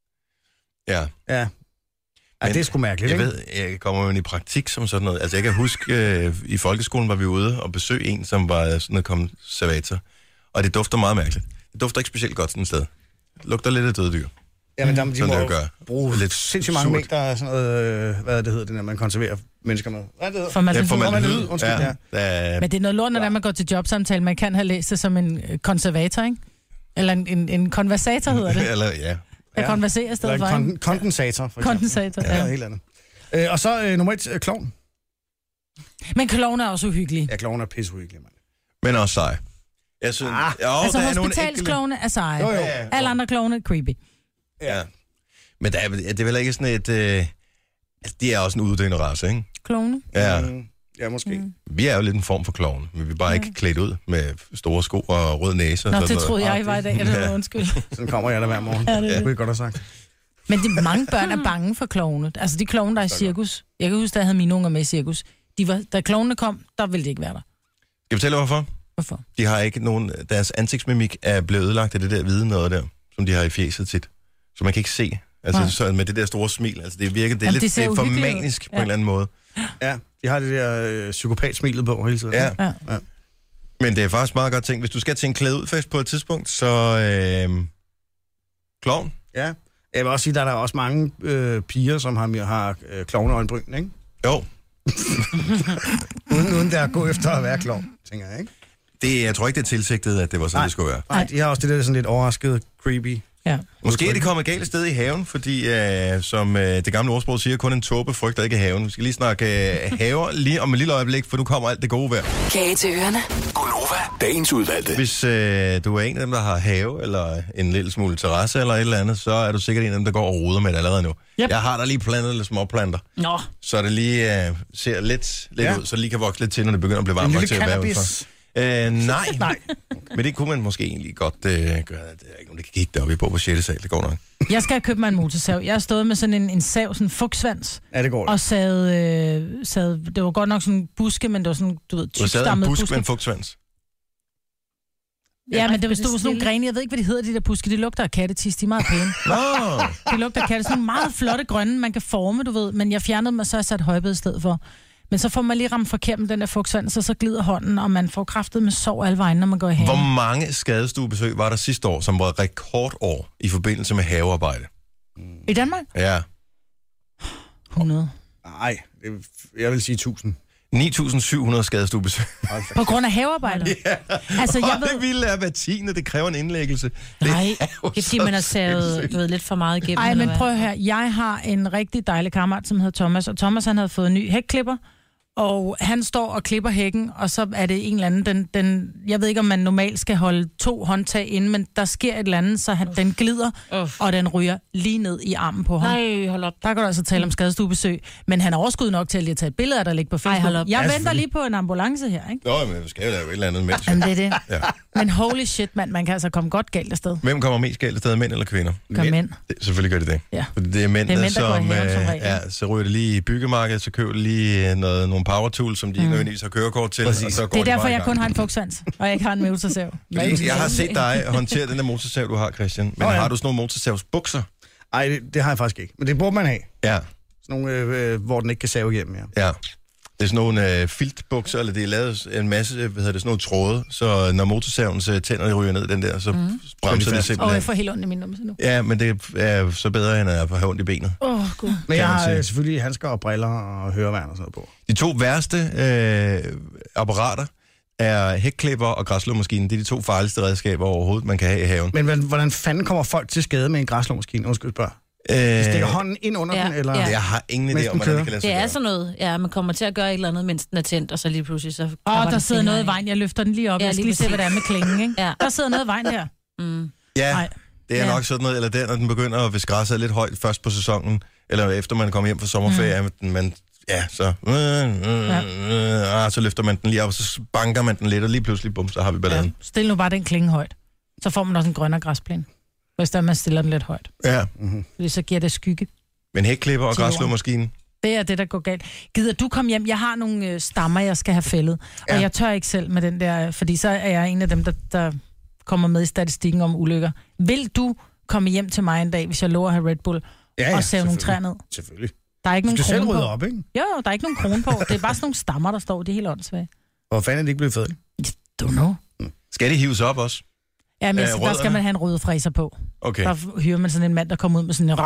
Ja. Ja. Ja, Men det er sgu mærkeligt, Jeg ikke? ved, jeg kommer jo i praktik som sådan noget. Altså, jeg kan huske, øh, i folkeskolen var vi ude og besøge en, som var sådan en konservator. Og det dufter meget mærkeligt. Det dufter ikke specielt godt sådan et sted. Det lugter lidt af døde dyr. Ja, men der, de Sådan må det jo gør. bruge Lidt lidt sindssygt mange surt. mængder af sådan noget, øh, hvad det hedder, det der, man konserverer mennesker med. Hvad er det hedder? For man Ja, ja, formaldehyd, undskyld, ja. Der er, Men det er noget lort, når ja. man går til jobsamtale. Man kan have læst det som en øh, konservator, ikke? Eller en, en, en konversator hedder det. eller, ja. Jeg Ja. konverserer i stedet Eller for. en ikke? kon- kondensator, for eksempel. Kondensator, Ja, ja. noget helt andet. Øh, og så øh, nummer et, øh, klovn. Men klovn er også uhyggelig. Ja, klovn er pisseuhyggelig, mand. Men også sej. Jeg synes, Ah. jo, Altså der er nogle enkelte... hospitalsklovne er seje. Jo, jo. Alle andre klovne er creepy. Ja. Men der er, det er vel ikke sådan et... Øh, altså, de er også en uddøende race, ikke? Klovne? Ja. Mm, ja, måske. Mm. Vi er jo lidt en form for klovn, men vi er bare ikke klædt ud med store sko og rød næse og Nå, sådan det noget. troede jeg, I var i dag. Det var undskyld. Sådan kommer jeg der hver morgen. Ja, Ja, det er det det. kunne jeg godt have sagt. Men det, mange børn er bange for klovne. Altså de klovne, der er i cirkus. Jeg kan huske, da jeg havde mine unger med i cirkus. De var, da klovnene kom, der ville de ikke være der. Skal jeg fortælle hvorfor? Hvorfor? De har ikke nogen... Deres ansigtsmimik er blevet ødelagt af det der hvide noget der, som de har i fjeset tit. Så man kan ikke se. Altså Nej. så med det der store smil. Altså det virker... Det er, Jamen, lidt, det det ser er for uhyggeligt ud. manisk på Ja. en eller anden måde. Ja, de har det der øh, psykopat-smilet på hele tiden. Ja. Ja. Men det er faktisk meget godt tænkt. Hvis du skal til en klæde ud fest på et tidspunkt, så... Øh, klovn. Ja. Jeg vil også sige, at der er også mange øh, piger, som har, har øh, klovneøjenbryn, ikke? Jo, Uden, uden der at gå efter at være klovn, tænker jeg, ikke? det, jeg tror ikke, det er tilsigtet, at det var sådan, Nej. det skulle være. Nej, de har også det der sådan lidt overrasket, creepy. Ja. Måske er de kommet galt sted i haven, fordi øh, som øh, det gamle ordsprog siger, kun en tåbe frygter ikke haven. Vi skal lige snakke øh, haver lige om et lille øjeblik, for nu kommer alt det gode vejr. Kage til ørerne. Gonova, dagens udvalgte. Hvis øh, du er en af dem, der har have, eller en lille smule terrasse, eller et eller andet, så er du sikkert en af dem, der går og roder med det allerede nu. Yep. Jeg har der lige plantet lidt småplanter, Nå, så det lige øh, ser lidt, lidt Ja. ud, så det lige kan vokse lidt til, når det begynder at blive En varmt nok lille til at være udenfor. cannabis. Øh, nej. Nej. Men det kunne man måske egentlig godt øh, gøre. Det er ikke, om det kan kigge deroppe. Vi bor på sjette sal, det går nok. Jeg skal have købt mig en motorsav. Jeg har stået med sådan en, en sav, sådan en fugtsvans, Ja, det går det. og sad, øh, sad, det var godt nok sådan en buske, men det var sådan, du ved, Du har sat en tykstammet busk buske. med en fugtsvans. Ja, men det det var stod sådan nogle stille. grene. Jeg ved ikke, hvad de hedder, de der buske. De lugter af kattetis. De er meget pæne. Nå! De lugter af katte. Sådan nogle meget flotte grønne, man kan forme, du ved. Men jeg fjernede dem, og så har jeg sat højbed i stedet for. Men så får man lige ramt forkert med den der fugtsvans, og så glider hånden, og man får kraftet med sov alle vejen, når man går i haven. Hvor mange skadestuebesøg var der sidste år, som var rekordår i forbindelse med havearbejde? I Danmark? Ja. hundrede. Nej, det, jeg vil sige tusind. ni tusind syv hundrede skadestuebesøg. På grund af havearbejder? Ja. Altså, jeg og ved... det vilde er, hver tiende, det kræver en indlæggelse. Nej, det er, det er fordi, man har savet ved, lidt for meget igennem. Ej, men prøv her. Jeg har en rigtig dejlig kammerat, som hedder Thomas, og Thomas han havde fået en ny hækklipper, og han står og klipper hækken, og så er det en eller anden, den, den, jeg ved ikke, om man normalt skal holde to håndtag inde, men der sker et eller andet, så han, den glider, uh. og den ryger lige ned i armen på ham. Nej, hold op. Der kan du altså tale om skadestuebesøg, men han er overskud nok til at lige tage et billede af, der ligger på Facebook. Ej, hold op. Jeg ja, venter lige på en ambulance her, ikke? Nå, men vi skal jo lave et eller andet mens. Jamen, det er det. Ja. Men holy shit, mand, man kan altså komme godt galt afsted. Hvem kommer mest galt afsted, mænd eller kvinder? Gør mænd. mænd. Det, selvfølgelig gør det det. Ja. Fordi det er mænd, det er mænd der som, går i haven, som regel. ja, så ryger det lige i byggemarkedet, så køber de lige noget, nogle power tools, som de ikke nødvendigvis har kørekort til. Og så går det er de derfor, bare jeg kun har en fugtsvans, og jeg ikke har en motorsav. Jeg har set dig håndtere den der motorsav, du har, Christian. Men oh, ja. Har du sådan nogle motorsavsbukser? Nej, det, det har jeg faktisk ikke. Men det burde man have. Ja. Sådan nogle, øh, hvor den ikke kan save igennem, ja. Ja. Det er sådan nogle øh, filtbukser, eller det er lavet en masse, hvad hedder det, sådan nogle tråde, så når motorsavens øh, tænder ryger ned den der, så mm. bremser det simpelthen. Og jeg får helt ondt i min numse nu. Ja, men det er så bedre, end at have ondt i benet. Åh, oh, gud. Men jeg har øh, selvfølgelig handsker og briller og høreværn og sådan noget på. De to værste øh, apparater er hækklipper og græsslåmaskinen. Det er de to farligste redskaber overhovedet, man kan have i haven. Men hvordan fanden kommer folk til skade med en græsslåmaskine? Undskyld, spørg. Øh, Stikker hånden ind under ja, den, eller? ja. Jeg har ingen idé om, hvordan det kan lade sig Det er gøre. sådan noget, ja, man kommer til at gøre et eller andet, mens den er tændt, og så lige pludselig så... Åh, oh, der sidder noget i vejen. Jeg løfter den lige op. Ja, jeg skal lige se, hvad der er med klingen, ikke? Ja. Der sidder noget i vejen der. Mm. Ja, Ej. det er Ja. nok sådan noget, eller der, når den begynder, hvis græsset er lidt højt først på sæsonen, eller efter man kommer hjem fra sommerferie, mm. man, ja, så, øh, øh, Ja. øh, så løfter man den lige op, og så banker man den lidt, og lige pludselig, bum, så har vi balladen. Ja. Stil nu bare den klinge højt. Så får man også en grønnere græsplæne. Hvis der man stiller den lidt højt. Ja. Mm-hmm. Fordi så giver det skygge. Men hækklipper og græsslåmaskinen? Det er det, der går galt. Gider du komme hjem? Jeg har nogle øh, stammer, jeg skal have fældet. Ja. Og jeg tør ikke selv med den der, fordi så er jeg en af dem, der, der kommer med i statistikken om ulykker. Vil du komme hjem til mig en dag, hvis jeg lover at have Red Bull, ja, ja, og save nogle træer ned? Selvfølgelig. Der er ikke du nogen skal selv krone rydde på. op, ikke? Jo, der er ikke nogen krone på. Det er bare sådan nogle stammer, der står. Det er helt åndssvagt. Hvor fanden er det ikke blevet fedt? Don't know. Skal det hives op også? Ja, men Øh, der skal rødderne? man have en rødfræser på. Okay. Der hyrer man sådan en mand, der kommer ud med sådan en...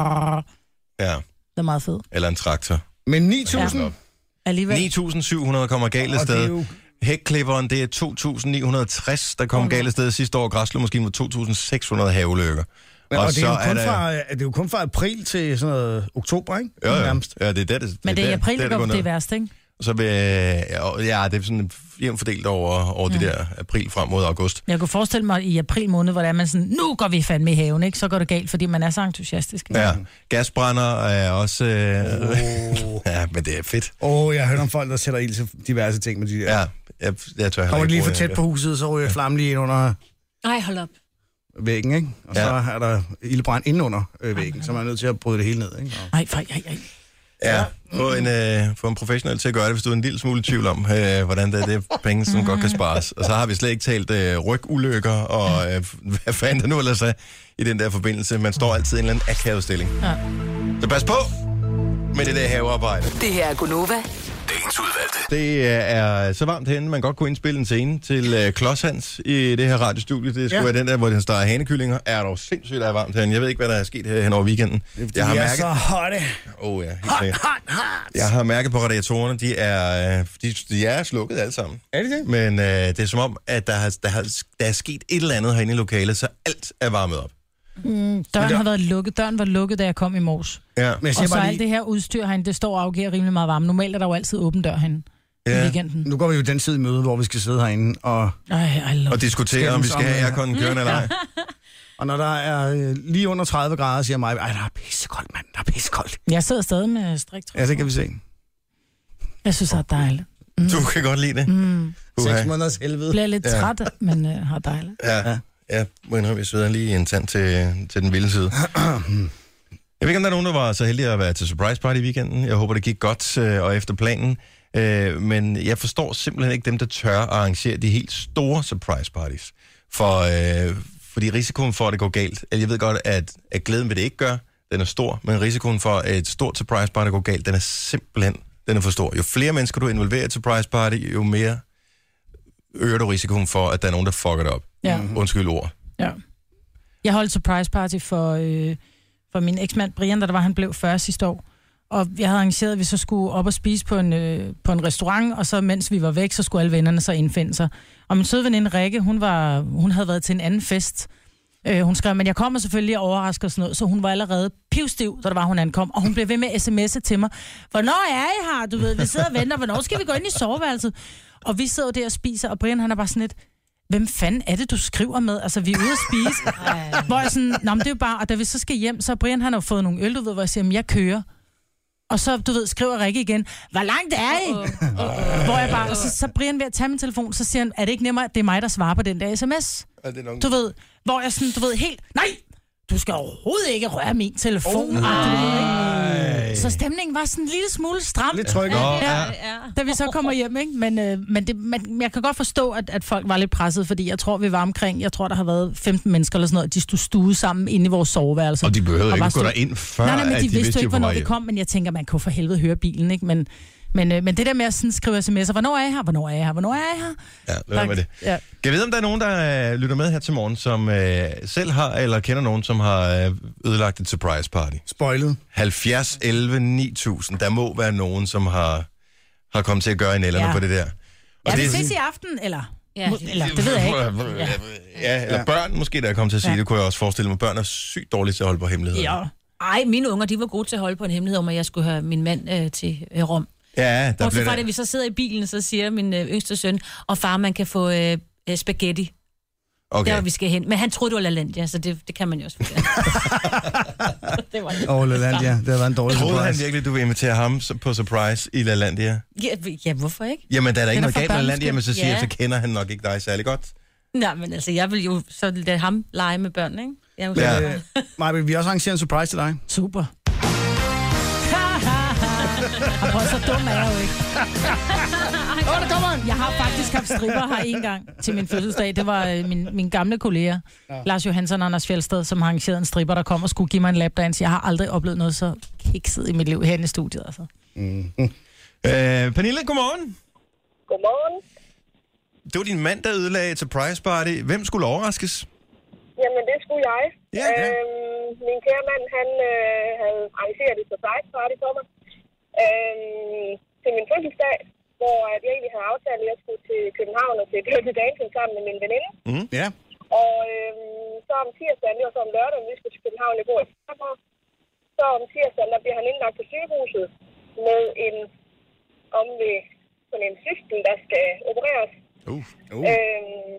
Ja. Det er meget fedt. Eller en traktor. Men ni tusind? Ja. Alligevel. ni tusind syv hundrede kommer galt af sted. Jo... Hækklipperen, det er to tusind ni hundrede og tres, der kom oh, galt af sted sidste år. Græsslåmaskinen var to tusind seks hundrede havelykker. Ja, og, og det, er jo kun er der... fra, det er jo kun fra april til sådan noget oktober, ikke? Jo, jo. Ja, det er der, det, Men det er i april, det, det går det er værst, ikke? Så vil, ja, det er sådan jævnt fordelt over, over ja. de der april frem mod august. Jeg kunne forestille mig i april måned, hvor der er man sådan, nu går vi fandme i haven, ikke? Så går det galt, fordi man er så entusiastisk. Ikke? Ja, gasbrænder er også... Øh... Oh. Ja, men det er fedt. Åh, oh, jeg har hørt om folk, der sætter ild til diverse ting med de der. Ja, jeg, jeg tør kommer lige for tæt på huset, så ryger flammen lige ind under... Ej, hold op. Væggen, ikke? Og ja. Så er der ildebrand inde under øh, væggen, så man er nødt til at bryde det hele ned, ikke? Ej, ej, ej, ej. Ja, få en, øh, få en professionel til at gøre det, hvis du er en lille smule i tvivl om, øh, hvordan det er, det er penge, som godt kan spares. Og så har vi slet ikke talt øh, rygulykker og øh, hvad fanden der nu ellers er i den der forbindelse. Man står altid i en eller anden akavet stilling. Ja. Så pas på med det der havearbejde. Det her er Gunova. Dagens udvalgte. Det er så varmt herinde, man godt kunne indspille en scene til øh, Klodshans i det her radiostudie. Det skulle ja. være den der, hvor den står hanekyllinger. Er dog sindssygt, der er varmt herinde. Jeg ved ikke, hvad der er sket her hen over weekenden. Det jeg har er mærket... så hotte. Åh oh, ja, helt sikkert. Hot, hot, hot. Jeg har mærket på radiatorerne, de er, de, de er slukket alle sammen. Er det det? Men øh, det er som om, at der, har, der, har, der er sket et eller andet herinde i lokalet, så alt er varmet op. Mm, døren har været lukket. Døren var lukket, da jeg kom i morges. Ja. Men og så lige... alt det her udstyr herinde, det står og afgiver rimelig meget varme. Normalt er der jo altid åben dør herinde. Ja. I weekenden. Nu går vi jo den tid i møde, hvor vi skal sidde herinde og... Ej, og diskutere, om vi skal have airconen kørende eller ej. Og når der er øh, lige under tredive grader, siger mig, ej, der er pissekoldt, mand, der er pissekoldt. Jeg sidder stadig med strikt. Ja, det kan vi se. Jeg synes, det er dejligt. Mm. Du kan godt lide det. Mm. Seks måneders helvede. Bliver lidt træt, ja. men uh, har dejligt. Ja, ja. Jeg må indrømme, jeg sveder lige en tand til, til den vilde side. Jeg ved ikke, om der er nogen, der var så heldige at være til surprise party i weekenden. Jeg håber, det gik godt øh, og efter planen. Øh, men jeg forstår simpelthen ikke dem, der tør at arrangere de helt store surprise parties. For, øh, fordi risikoen for, at det går galt... Jeg ved godt, at, at glæden ved det ikke gør, den er stor. Men risikoen for, at et stort surprise party går galt, den er simpelthen den er for stor. Jo flere mennesker, du involverer i et surprise party, jo mere øger du risikoen for, at der er nogen, der fucker det op. Ja. Undskyld ord. Ja. Jeg holdt surprise party for, øh, for min eksmand Brian, da der var, han blev fyrre sidste år. Og jeg havde arrangeret, at vi så skulle op og spise på en, øh, på en restaurant, og så mens vi var væk, så skulle alle vennerne så indfinde sig. Og min søde veninde Rikke, hun, var, hun havde været til en anden fest. Øh, hun skrev, men jeg kommer selvfølgelig og overrasker og sådan noget, så hun var allerede pivstiv, da der var, hun ankom. Og hun blev ved med at sms'e til mig. Hvornår er I her? Du ved, vi sidder og venter. Hvornår skal vi gå ind i soveværelset? Og vi sidder der og spiser, og Brian, han er bare sådan lidt, hvem fanden er det, du skriver med? Altså, vi er ude at spise. Hvor jeg sådan, nå, men det er jo bare, og da vi så skal hjem, så Brian, han har jo fået nogle øl, du ved, hvor jeg siger, men jeg kører. Og så, du ved, skriver Rikke igen, hvor langt er I? Uh, uh, uh, hvor jeg bare, og så, så Brian ved at tage min telefon, så siger han, er det ikke nemmere, at det er mig, der svarer på den der sms? Er det nogen... Du ved, hvor jeg sådan, du ved, helt, nej, du skal overhovedet ikke røre min telefon. Oh, nej. Så stemningen var sådan en lille smule stram. Lidt trykker. Ja, ja, ja. Da vi så kommer hjem, ikke? Men, øh, men, det, men jeg kan godt forstå, at, at folk var lidt presset, fordi jeg tror, vi var omkring, jeg tror, der har været femten mennesker eller sådan noget, de stod stuet sammen inde i vores soveværelse. Og de behøvede og ikke stod... gå derind før, nej, nej, men de, at de vidste, vidste jo ikke, hvornår vi kom, men jeg tænker, man kunne for helvede høre bilen, ikke? Men... Men, øh, men det der med at sådan skrive sms'er, hvornår er jeg her, hvornår er jeg her, hvornår er jeg her? Ja, lad med det. Ja. Kan jeg vide, om der er nogen, der øh, lytter med her til morgen, som øh, selv har, eller kender nogen, som har øh, ødelagt et surprise party? Spoilet. halvfjerds elleve ni tusind. Der må være nogen, som har, har kommet til at gøre en eller ja. på det der. Og ja, det ses i aften, eller? Ja. Eller, det ved jeg ikke. Ja, ja eller børn måske, der er kommet til at sige, ja. Det kunne jeg også forestille mig. Børn er sygt dårlige til at holde på hemmeligheder. Ja. Ej, mine unger, de var gode til at holde på en hemmelighed om, at jeg skulle have min mand øh, til øh, Rom. Ja, der Hvorfor var det, vi så sidder i bilen, så siger min øh, yngste søn, og far, man kan få øh, spaghetti. Okay. Der vi skal hen. Men han troede, det var LaLandia, så det, det kan man jo også forstå. Det var det. Åh, oh, LaLandia, det var en dårlig surprise. Troede han virkelig, du vil invitere ham på surprise i LaLandia? Ja, ja, hvorfor ikke? Jamen, der er der ikke noget galt med LaLandia, men så siger ja. så kender han nok ikke dig særlig godt. Nej, men altså, jeg vil jo så lade ham lege med børnene, ikke? Jeg ja. Maja, vi også arrangere en surprise til dig. Super. Og prøv, så dum er jeg jo ikke. Åh, oh, der kommer han! Jeg har faktisk haft stripper her en gang til min fødselsdag. Det var øh, min, min gamle kollega, ja. Lars Johansson og Anders Fjeldsted, som har arrangeret en stripper, der kom og skulle give mig en lapdance. Jeg har aldrig oplevet noget så kikset i mit liv herinde i studiet. Altså. Mm. Øh, Pernille, godmorgen. Godmorgen. Det var din mand, der ødelagde et surprise party. Hvem skulle overraskes? Jamen, det skulle jeg. Ja, ja. Øhm, min kære mand, han øh, havde arrangeret et surprise party for mig. Øhm, til min fødselsdag, hvor jeg egentlig havde aftalt, at jeg skulle til København og til Dirty Dancing sammen med min veninde. Mm, ja. Og øhm, så om tirsdagen, det var så om lørdagen, vi skulle til København, jeg bor i København. Så om tirsdagen, der bliver han indlagt på sygehuset med en, om ved sådan en system, der skal opereres. Uh, uh. Øhm,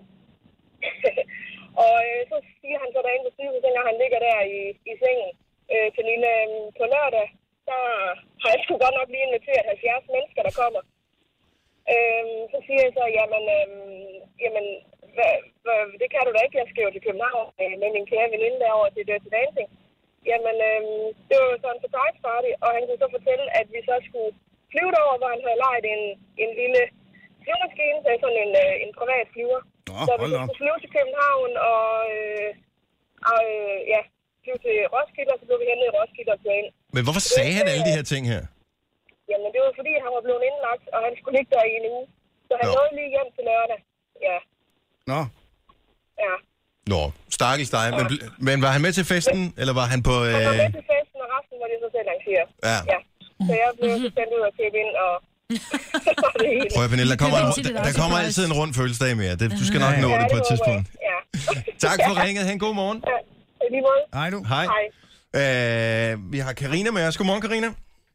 og øh, så siger han så derinde på sygehuset, når han ligger der i, i sengen. Øh, til lille, øh, på lørdag, så har jeg sgu godt nok lige inviteret halvfjerds mennesker, der kommer. Øhm, så siger jeg så, jamen, øhm, jamen hva, hva, det kan du da ikke, jeg skal jo til København øh, med min kære veninde derovre til Dirty Dancing. Jamen, øhm, det var jo så en surprise party, og han kunne så fortælle, at vi så skulle flyve derover, hvor han havde lejet en, en lille flyvemaskine, så sådan en, øh, en privat flyver. Oh, så vi skulle flyve til København, og, øh, og øh, ja, flyve til Roskilde, og så blev vi hentet i Roskilde og køre ind. Men hvorfor sagde han alle de her ting her? Jamen, det var fordi, han var blevet indlagt, og han skulle ligge der i en uge. Så han nåede lige hjem til lørdag. Ja. Nå. Ja. Nå, stakkels dig. Ja. Men, men var han med til festen, men, eller var han på... Øh... Han var med til festen, og resten var det så selv arrangeret. Ja. Ja. Så jeg blev så sendt ud og købe ind, og... Prøv at Pernille, der kommer, en, der, der kommer altid en rund fødselsdag mere. Det, du skal nok nå ja, det på et tidspunkt. Ja. Tak for ringet. Ha' en god morgen. Ja, lige måde. Hej du. Hej. Hej. Øh, vi har Karina med os. Godmorgen, Karina.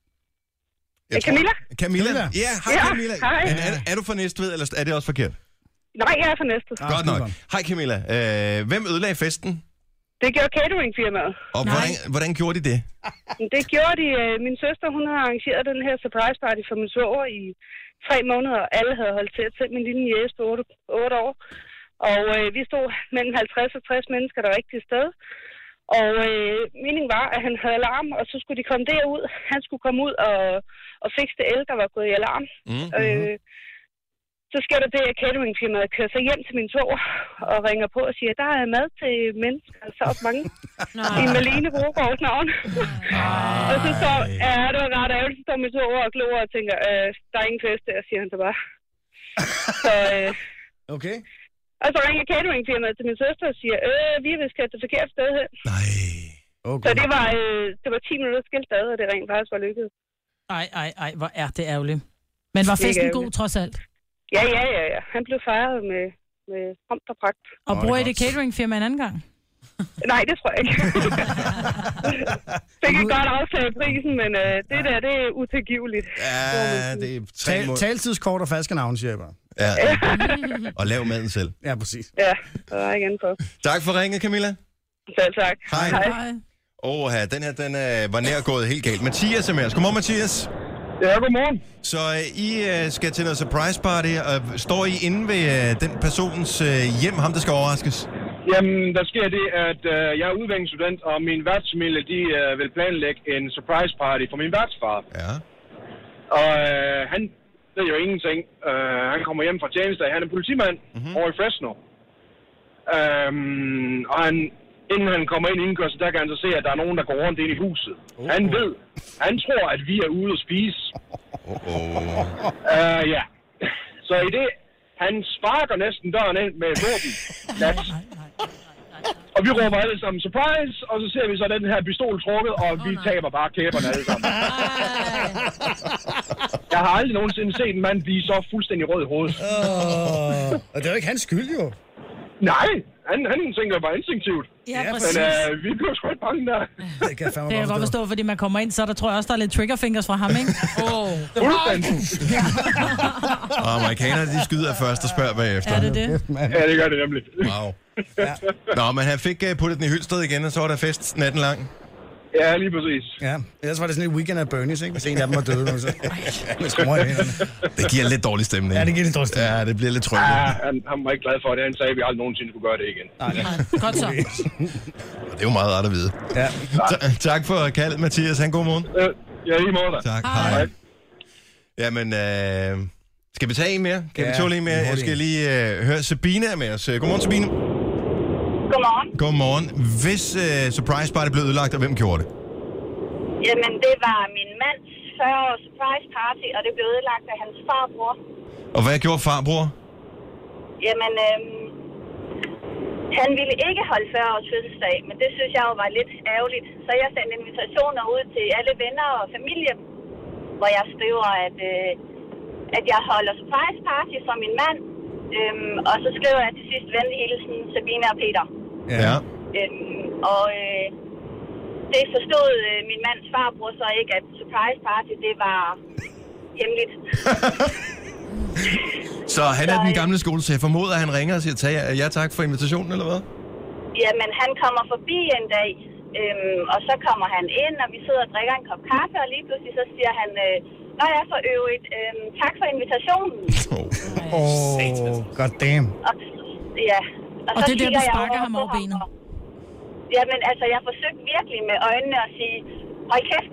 Jeg Camilla. Tror, Camilla? Ja, hej ja, Camilla. Hej. Men er, er du fra Næstved, eller er det også forkert? Nej, jeg er fra Næstved. Ah, godt nok. Hej Camilla. Øh, hvem ødelagde festen? Det gjorde cateringfirmaet. Og hvordan, hvordan gjorde de det? Det gjorde de. Min søster, hun har arrangeret den her surprise party for min svoger i tre måneder, og alle havde holdt til at selv min lille jæs på otte år. Og øh, vi stod mellem halvtreds og tres mennesker, der var ikke til sted. Og øh, meningen var, at han havde alarm, og så skulle de komme derud. Han skulle komme ud og, og fikse det el, der var gået i alarm. Mm-hmm. Øh, så sker der det, at cateringfirmaet kører sig hjem til min svoger og ringer på og siger, der er mad til mennesker, så også mange. I Malene Brogaards navn. Og så står, ja, det var ret ærgerligt, så står min svoger og glor og tænker, øh, der er ingen fest der, siger han så bare. Så, øh, okay. Og så ringer cateringfirmaet til min søster og siger, øh, vi er vist kørt det forkerte sted her. Nej. Okay. Så det var, øh, det var ti minutter skilt ad, og det rent faktisk var lykket. Ej, ej, ej, hvor er det ærgerligt. Men var festen god trods alt? Ja, ja, ja, ja. Han blev fejret med, med pomp og pragt. Og oh, bruger I det cateringfirma en anden gang? Nej, det tror jeg ikke. Det kan godt aftage prisen, men øh, det der, det er utilgiveligt. Ja, det er tre måneder. Taltidskort og falske navn, siger jeg bare. Ja, og lav maden selv. Ja, præcis. Ja, der er igen på. Tak for ringet, Camilla. Selv tak. Hej. Hej. Åh, oh, den her, den uh, var nær gået helt galt. Mathias er med os. Godmorgen, Mathias. Ja, godmorgen. Så uh, I uh, skal til noget surprise party, og står I inde ved uh, den persons uh, hjem, ham der skal overraskes? Jamen, der sker det, at uh, jeg er udviklingsstudent, og min værtsfamilie, de uh, vil planlægge en surprise party for min værtsfar. Ja. Og uh, han ved jo ingenting. Uh, han kommer hjem fra tjeneste, han er politimand mm-hmm. over i Fresno. Um, og han, inden han kommer ind i indkørsel, der kan han så se, at der er nogen, der går rundt ind i huset. Oh. Han ved, han tror, at vi er ude at spise. Oh, oh. Uh, ja. Så i det, han sparker næsten døren ind med et våben. Og vi råber alle sammen surprise, og så ser vi så den her pistol trukket, og vi oh, taber bare kæberne alle sammen. Jeg har aldrig nogensinde set en mand blive så fuldstændig rød i hovedet. Oh, og det er jo ikke hans skyld, jo. Nej, han, han tænker bare instinktivt. Ja, men øh, vi blev sgu ikke bange der. Det kan jeg fandme det er godt forstå, fordi man kommer ind, så der tror jeg også, der er lidt triggerfingers fra ham, ikke? Åh. Oh. Og amerikanerne, de skyder først og spørger bagefter. Er det det? Ja, det gør det nemlig. Wow. Ja. Nå, men han fik uh, puttet den i hylstret igen, og så var der fest natten lang. Ja, lige præcis. Ja, ellers var det sådan et weekend af Bernie's, ikke? Hvis en af dem var døde. Så. Det giver lidt dårlig stemning. Ja, det giver lidt dårlig stemning. Ja, det bliver lidt trygt. Ja, han, han var ikke glad for det. Han sagde, at vi aldrig nogensinde skulle gøre det igen. Nej, ja. Godt så. Det er jo meget rart at vide. Ja. Ta- tak for kaldet, Mathias. Han god morgen. Ja, lige måde da. Tak, hej. hej. Jamen, øh, skal vi tage en mere? Kan ja, vi tåle en mere? Jeg skal lige øh, høre, Sabine er med os. Godmorgen, Sabine. Godmorgen. Godmorgen. Hvis øh, surprise party blev ødelagt, og hvem gjorde det? Jamen, det var min mands fyrre-års surprise party, og det blev ødelagt af hans farbror. Og hvad gjorde farbror? Jamen, øhm, han ville ikke holde fyrre-års fødselsdag, men det synes jeg jo var lidt ærgerligt. Så jeg sendte invitationer ud til alle venner og familie, hvor jeg skriver, at, øh, at jeg holder surprise party for min mand. Øhm, og så skriver jeg til sidst venlig hilsen Sabine og Peter. Ja. Øhm, og øh, det forstod øh, min mands farbror så ikke, at surprise party, det var hemmeligt. Så han er så, den gamle skole, så jeg formoder, at han ringer og siger, tag ja tak for invitationen, eller hvad? Jamen, han kommer forbi en dag, øhm, og så kommer han ind, og vi sidder og drikker en kop kaffe, og lige pludselig så siger han, øh, nå ja, for øvrigt, øhm, tak for invitationen. Åh, oh, goddamn. Og, ja, og, og så det er der, du sparker ham over ham, benet? og, jamen, altså, jeg forsøgte virkelig med øjnene at sige, hold kæft.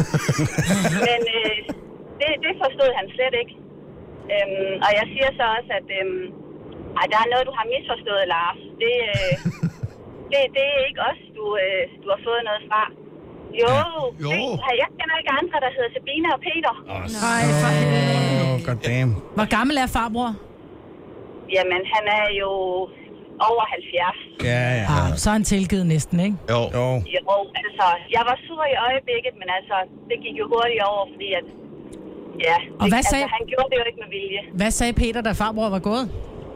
Men øh, det, det forstod han slet ikke. Øhm, og jeg siger så også, at øhm, ej, der er noget, du har misforstået, Lars. Det, øh, det, det er ikke os, du, øh, du har fået noget fra. Jo, jo. Det, jeg kender ikke andre, der hedder Sabine og Peter. Oh, nej, for helvede. Oh, goddamn. Hvor gammel er farbror? Jamen, han er jo over halvfjerds. Ja, ja. Ah, så er han tilgivet næsten, ikke? Jo. Jo. Jo, altså, jeg var sur i øjeblikket, men altså, det gik jo hurtigt over, fordi at, ja, og det, hvad sagde... altså, han gjorde det jo ikke med vilje. Hvad sagde Peter, da farbror var gået?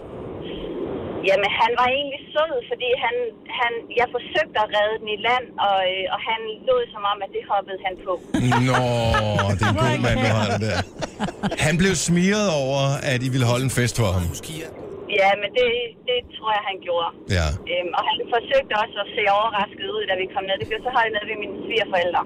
Jamen, han var egentlig sød, fordi han, han, jeg forsøgte at redde den i land, og, og han lød som om, at det hoppede han på. Nå, det er en god mand, du har det der. Han blev smiret over, at I ville holde en fest for ham. Ja, men det, det tror jeg, han gjorde. Ja. Øhm, og han forsøgte også at se overrasket ud, da vi kom ned. Det blev så holdt ned ved mine svigerforældre.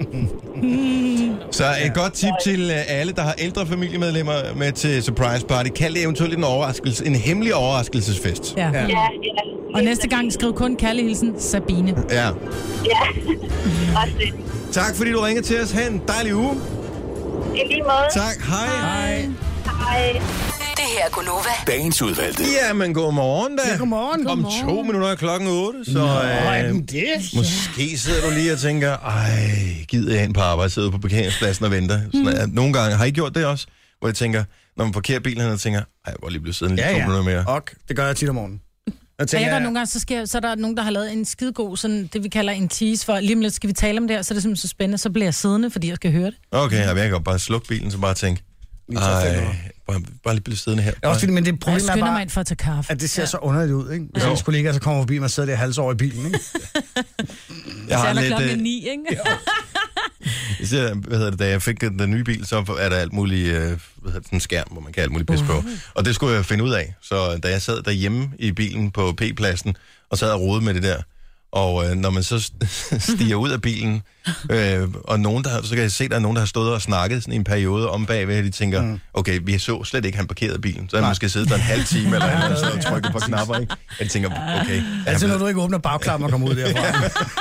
Så et godt tip til alle, der har ældre familiemedlemmer med til surprise party. Kald det eventuelt en overraskelse, en hemmelig overraskelsesfest. Ja. Ja, ja. Og næste gang skriv kun kærlig hilsen Sabine. Ja. Ja, også det. Tak fordi du ringede til os. Ha' en dejlig uge. I lige måde. Tak. Hej. Hej. Hej. Det her er Gunova. Dagens udvalgte. Jamen, godmorgen da. Ja, godmorgen. Om to minutter er klokken otte, så Nå, øh, er den det? måske sidder du lige og tænker, ej, gider jeg ind på arbejde, sidder på parkeringspladsen og venter. Sådan, mm. Nogle gange har I gjort det også, hvor jeg tænker, når man parkerer bilen hen og tænker, ej, hvor lige blive siddende lige ja, to ja. minutter mere. Og det gør jeg tit om morgenen. Jeg tænker, jeg der nogle gange, så, skal, så er der nogen, der har lavet en skidegod, sådan det vi kalder en tease for, lige om lidt skal vi tale om det her, så er det simpelthen så spændende, så bliver jeg siddende, fordi jeg skal høre det. Okay, jeg kan godt bare slukke bilen, så bare tænke, ej, bare, bare lige blive siddende her. Ja, også fordi, men det problem jeg er bare, mig ind for at tage kaffe. At det ser ja. så underligt ud, ikke? Hvis ens kollegaer så kommer forbi, man sidder der halvt over i bilen, ikke? jeg har lidt... klokken ni, ikke? Jeg siger, hvad hedder det, da jeg fik den nye bil, så er der alt muligt, øh, hvad hedder det, en skærm, hvor man kan alt muligt pisse på. Og det skulle jeg finde ud af. Så da jeg sad derhjemme i bilen på P-pladsen, og sad og rodede med det der, og øh, når man så stiger ud af bilen, øh, og nogen, der, så kan jeg se, at der er nogen, der har stået og snakket sådan i en periode om bagved, og de tænker, mm. okay, vi så slet ikke, han parkerede bilen. Så har han måske siddet der en halv time, eller han så og trykket på knapper, ikke? Jeg tænker, okay. Altså, når du ikke åbner bagklappen og kommer ud derfra.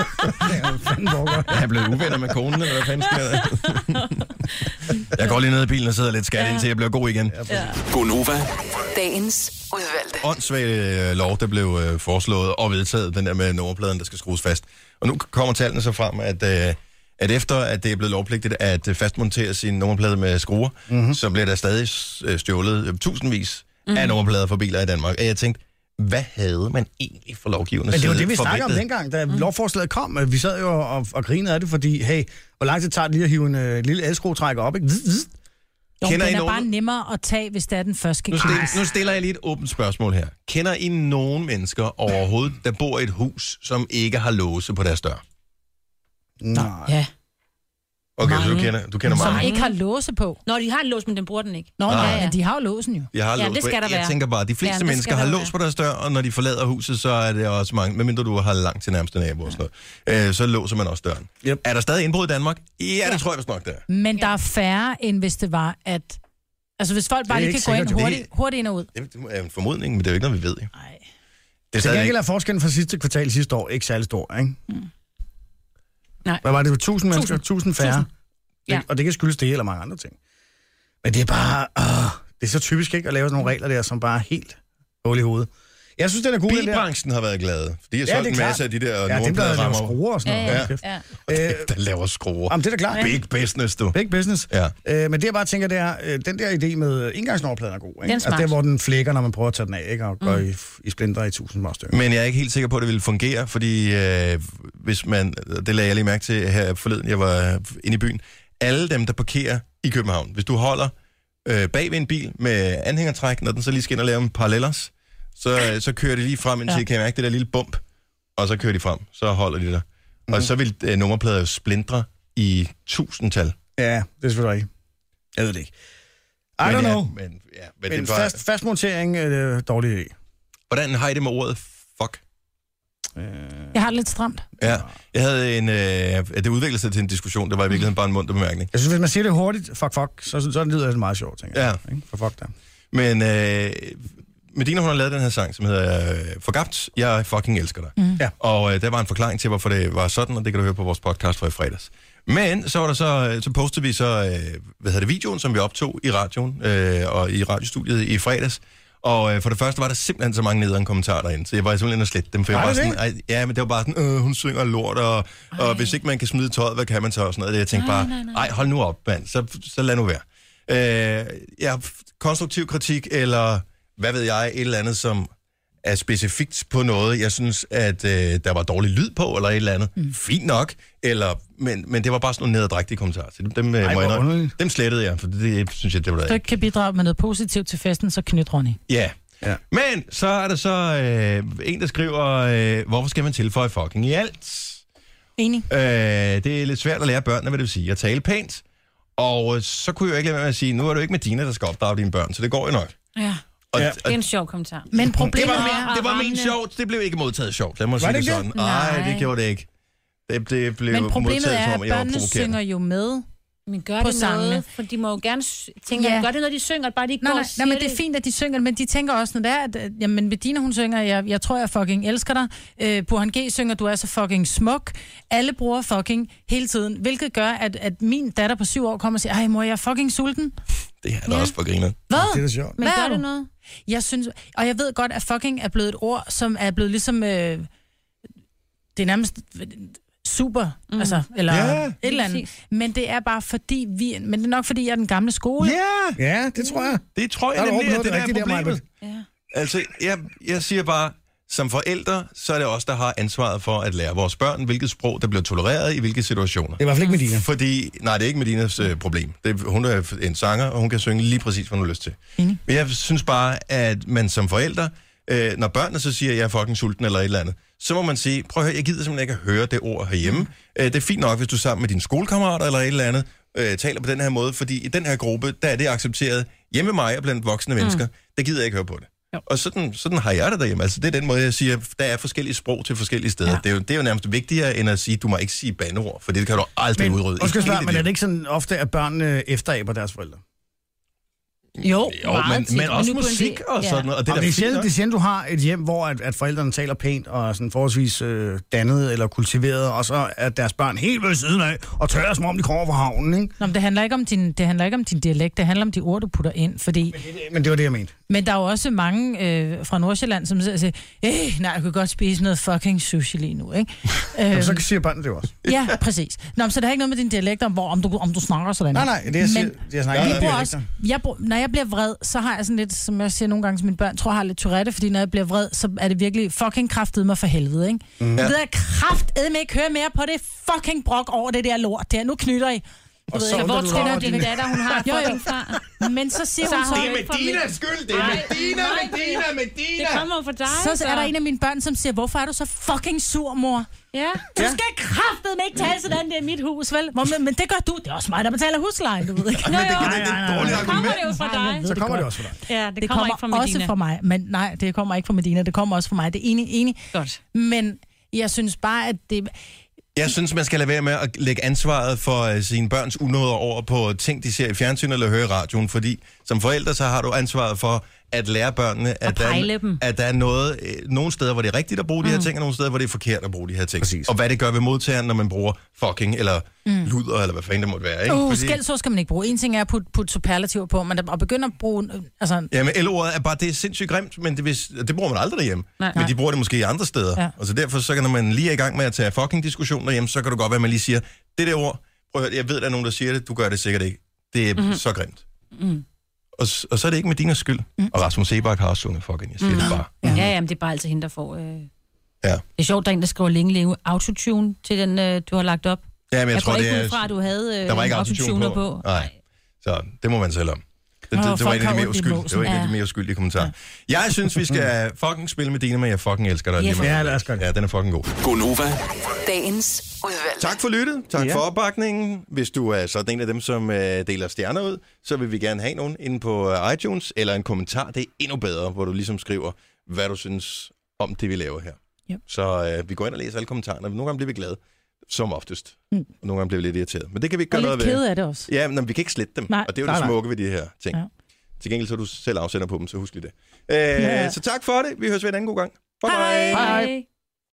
Jeg er blevet uvenner med konen, eller hvad fanden sker der? Jeg går lige ned i bilen og sidder lidt skat, indtil jeg bliver god igen. Ja. Gonova. Dagens udvalgte. Åndssvagt lov, der blev øh, foreslået og vedtaget, den der med nummerpladen, der skal skrues fast. Og nu kommer tallene så frem, at, øh, at efter at det er blevet lovpligtigt at fastmontere sin nummerplade med skruer, mm-hmm. så bliver der stadig stjålet øh, tusindvis mm-hmm. af nummerplader for biler i Danmark. Og jeg tænkte, hvad havde man egentlig for lovgivende side? Men det var det, vi forventet? snakkede om dengang, da mm. lovforslaget kom. Vi sad jo og, og grinede af det, fordi, hey, hvor lang tid tager det lige at hive en uh, lille elskruetrækker op, ikke? Jo, den er nogen... bare nemmere at tage, hvis det er den første nu, stiller, nu stiller jeg lige et åbent spørgsmål her. Kender I nogen mennesker overhovedet, der bor i et hus, som ikke har låse på deres dør? Nej. Ja. Okay, så du kender, du kender som mange. Som ikke har låse på. Nå, de har en lås, men den bruger den ikke. Nå, ja, ja, de har jo låsen jo. De har ja, lås det skal der jeg være. tænker bare, at de fleste ja, mennesker har lås på deres dør, og når de forlader huset, så er det også mange, medmindre du har langt til nærmeste nabo og sådan noget, øh, så låser man også døren. Yep. Er der stadig indbrud i Danmark? Ja, det ja. tror jeg vist nok, der er. Men der er færre, end hvis det var, at... Altså, hvis folk bare lige kan gå ind hurtigt, hurtigt ind og ud. Det er en formodning, men det er jo ikke noget, vi ved. Nej. Det er stadig ikke lade forskellen fra sidste kvartal sidste år ikke særlig stor, ikke? Mm. Nej. Hvad var det? tusind mennesker? tusind færre? Ja. Og det kan skyldes det eller mange andre ting. Men det er bare... Øh, det er så typisk ikke at lave sådan nogle regler der, som bare er helt hul i hovedet. Jeg synes, den er god. Bilbranchen har været glade. De har ja, solgt en masse af de der ja, nummerplader der laver skruer og sådan noget. Ja, ja. ja. Der laver skruer. Jamen, det er da klart. Big business, du. Big business. Ja. Øh, men det, jeg bare tænker, det er, øh, den der idé med indgangsnummerpladen er god. Ikke? Den er altså, det er, hvor den flækker, når man prøver at tage den af, ikke? Og går mm. i, i splinter i tusind små stykker. Men jeg er ikke helt sikker på, at det ville fungere, fordi øh, hvis man... Det lagde jeg lige mærke til her forleden, jeg var inde i byen. Alle dem, der parkerer i København, hvis du holder øh, bag ved en bil med anhængertræk, når den så lige skal ind og lave en parallellers, så, så kører de lige frem, indtil ja. I kan mærke det der lille bump, og så kører de frem, så holder de der. Mm. Og så vil øh, nummerplader jo splintre i tusindtal. Ja, det er selvfølgelig ikke. Jeg ved det ikke. I men don't ja, know. Men, ja, men, men det var... fast, fastmontering er det dårlig idé. Hvordan har I det med ordet fuck? Jeg har det lidt stramt. Ja, jeg havde en... Øh, det udviklede sig til en diskussion, det var i virkeligheden bare en munter bemærkning. Jeg synes, hvis man siger det hurtigt, fuck fuck, så, så lyder det meget sjovt, tænker jeg. Ja. Ikke? For fuck der. Men øh, Medina, hun har lavet den her sang, som hedder øh, Forgabt, jeg fucking elsker dig. Mm. Ja. Og øh, der var en forklaring til, hvorfor det var sådan, og det kan du høre på vores podcast fra i fredags. Men så var der så, så postede vi så, øh, hvad hedder det, videoen, som vi optog i radioen, øh, og i radiostudiet i fredags. Og øh, for det første var der simpelthen så mange nederen kommentarer derinde, så jeg var simpelthen at slette dem. For jeg var sådan, ej, ja, men det var bare sådan, øh, hun synger lort, og, og hvis ikke man kan smide tøjet, hvad kan man så og sådan noget. Jeg tænkte bare, ej, hold nu op, mand, så, så lad nu være. Øh, ja, konstruktiv kritik, eller hvad ved jeg, et eller andet, som er specifikt på noget. Jeg synes, at øh, der var dårlig lyd på, eller et eller andet. Mm. Fint nok, eller, men, men det var bare sådan nogle nederdrægtige kommentarer. Så dem, dem, Ej, jeg, dem slettede jeg, for det, det synes jeg, det var... Hvis du ikke kan bidrage med noget positivt til festen, så knyt Ronny. Ja. ja. Men så er der så øh, en, der skriver, øh, hvorfor skal man tilføje fucking i alt? Enig. Øh, det er lidt svært at lære børnene, hvad det vil sige. At tale pænt. Og så kunne jeg ikke lade være med at sige, nu er det jo ikke Medina, der skal opdrage dine børn, så det går jo nok. Ja. Og, ja. Det er en sjov kommentar. Men problemet det var min, det var min sjovt. Det blev ikke modtaget sjovt. Lad mig sige det sådan. Nej, det gjorde det ikke. Det, det blev Men problemet modtaget, er, som, at børnene synger jo med. Men gør på det sangene. Noget, for de må jo gerne tænke, ja. Gør det, når de synger, bare de ikke nej, går nej, nej, men det er fint, at de synger, men de tænker også, når det er, at, at jamen, Medina, hun synger, jeg, jeg tror, jeg fucking elsker dig. Øh, Burhan G synger, du er så fucking smuk. Alle bruger fucking hele tiden, hvilket gør, at, at min datter på syv år kommer og siger, ej mor, jeg er fucking sulten. Det er da ja. også for griner. Hvad? Det er da sjovt. Men gør det noget? Jeg synes, og jeg ved godt, at fucking er blevet et ord, som er blevet ligesom, øh, det er nærmest... super, mm. altså, eller yeah, et eller andet. Men det er bare fordi vi, men det er nok fordi jeg er den gamle skole. Ja, yeah. ja, det tror jeg. Det tror jeg der nemlig, er at det der er problemet. Ja. Altså, jeg, jeg siger bare, som forældre, så er det os, der har ansvaret for at lære vores børn, hvilket sprog, der bliver tolereret i hvilke situationer. Det er i hvert fald ikke Medina. Fordi, nej, det er ikke Medinas øh, problem. Det, hun er en sanger, og hun kan synge lige præcis, hvad hun har lyst til. Mm. Men jeg synes bare, at man som forældre, øh, når børnene så siger, at jeg er fucking sulten eller et eller andet, så må man sige, prøv at høre, jeg gider simpelthen ikke at høre det ord herhjemme. Mm. Øh, det er fint nok, hvis du er sammen med dine skolekammerater eller et eller andet, øh, taler på den her måde, fordi i den her gruppe, der er det accepteret hjemme med mig og blandt voksne mennesker. Mm. Der gider jeg ikke høre på det. Jo. Og sådan, sådan har jeg det derhjemme. Altså, det er den måde, jeg siger, der er forskellige sprog til forskellige steder. Ja. Det, er jo, det er jo nærmest vigtigere, end at sige, du må ikke sige bandeord, for det kan du aldrig men, udrydde. Spørge, men er det ikke sådan ofte, at børnene efteraber deres forældre? Jo, jo men, men også men musik og sådan noget. Ja. Og det, og det er sjældent, det er sjældent, du har et hjem, hvor at, at forældrene taler pænt og sådan forholdsvis øh, dannet eller kultiveret, og så er deres børn helt ved siden af og tørrer, som om de kommer fra havnen, ikke? Nå, men det handler ikke om din, det handler ikke om din dialekt, det handler om de ord, du putter ind, fordi... Men det, men det var det, jeg mente. Men der er jo også mange øh, fra Nordsjælland, som siger, øh, nej, jeg kunne godt spise noget fucking sushi lige nu, ikke? Jamen, så siger børnene det jo også. Ja, præcis. Nå, men så det har ikke noget med din dialekt om, hvor, om, du, om du snakker sådan. Nej, nej, det jeg siger, men, det jeg snakker jeg bruger også, jeg bruger, når jeg bliver vred, så har jeg sådan lidt, som jeg siger nogle gange til mine børn, tror jeg har lidt Tourette, fordi når jeg bliver vred, så er det virkelig fucking kraftedeme mig for helvede, ikke? Mm. Jeg ved, jeg kraftedeme ikke høre mere på det fucking brok over det der lort der. Nu knytter I. Og så, hvor tror du, din datter, hun har fucking fra? Men så siger hun så... Det er Medinas skyld, det er Medina, Medina, Medina. Det kommer fra dig, så. Så er der en af mine børn, som siger, hvorfor er du så fucking sur, mor? Ja. Du skal kraftedeme ikke tale sådan, det er mit hus, vel? Men det gør du, det er også mig, der betaler huslejen, du ved ikke? Nå, jo, det kommer det jo fra dig. Så kommer det også fra dig. Ja, det, det kommer, kommer ikke fra Medina. også fra mig, men nej, det kommer ikke fra Medina, det kommer også fra mig. Det er enig, enig. Godt. Men jeg synes bare, at det... Jeg synes, man skal lade være med at lægge ansvaret for uh, sine børns unåder over på ting, de ser i fjernsyn eller hører i radioen, fordi som forældre, så har du ansvaret for at lære børnene, at, der, at der er noget, øh, nogle steder, hvor det er rigtigt at bruge mm. de her ting, og nogle steder, hvor det er forkert at bruge de her ting. Præcis. Og hvad det gør ved modtageren, når man bruger fucking, eller mm. luder, eller hvad fanden det måtte være. Ikke? Uh, fordi... skældsord skal man ikke bruge. En ting er at putte put superlativer på, men at begynde at bruge... Altså... Ja, men L-ordet er bare, det er sindssygt grimt, men det, hvis, det bruger man aldrig derhjemme. Nej. Men de bruger det måske i andre steder. Ja. Og så derfor, så kan når man lige er i gang med at tage fucking diskussioner hjemme, så kan du godt være, at man lige siger, det der ord, prøv at høre, jeg ved, der er nogen, der siger det, du gør det sikkert ikke. Det er mm-hmm. så grimt. Mm. Og, og så er det ikke Medinas skyld. Mm. Og Rasmus Sebak har også sunget fucking, jeg siger mm. det bare. Ja, ja, jamen, det er bare altid hende, der får... Øh... Ja. Det er sjovt, der er en, der skriver længe, længe autotune til den, øh, du har lagt op. Ja, men jeg, jeg tror, går ikke det er... ud fra, at du havde øh, der var ikke autotune på. på. Nej, så det må man selv om. Det, det, det, det var en af de mere uskyldige, det var en af de mere uskyldige kommentarer. Ja. Jeg synes, vi skal fucking spille med Dina, men jeg fucking elsker dig. Yeah. Ja, lad os gøre det. Ja, den er fucking god. Gonova. Dagens udvalg. Tak for lyttet. Tak ja. for opbakningen. Hvis du er sådan en af dem, som uh, deler stjerner ud, så vil vi gerne have nogen inde på uh, iTunes, eller en kommentar. Det er endnu bedre, hvor du ligesom skriver, hvad du synes om det, vi laver her. Yep. Så uh, vi går ind og læser alle kommentarerne. Nogle gange bliver vi glade. Som oftest. Mm. Og nogle gange bliver vi lidt irriteret. Men det kan vi ikke gøre noget ved. Og lidt ked af det også. Ja, men vi kan ikke slette dem. Nej. Og det er jo nej, det smukke ved de her ting. Ja. Til gengæld så er du selv afsender på dem, så husk lige det. Øh, ja. Så tak for det. Vi høres ved en anden god gang. Bye bye. Hej. Hej.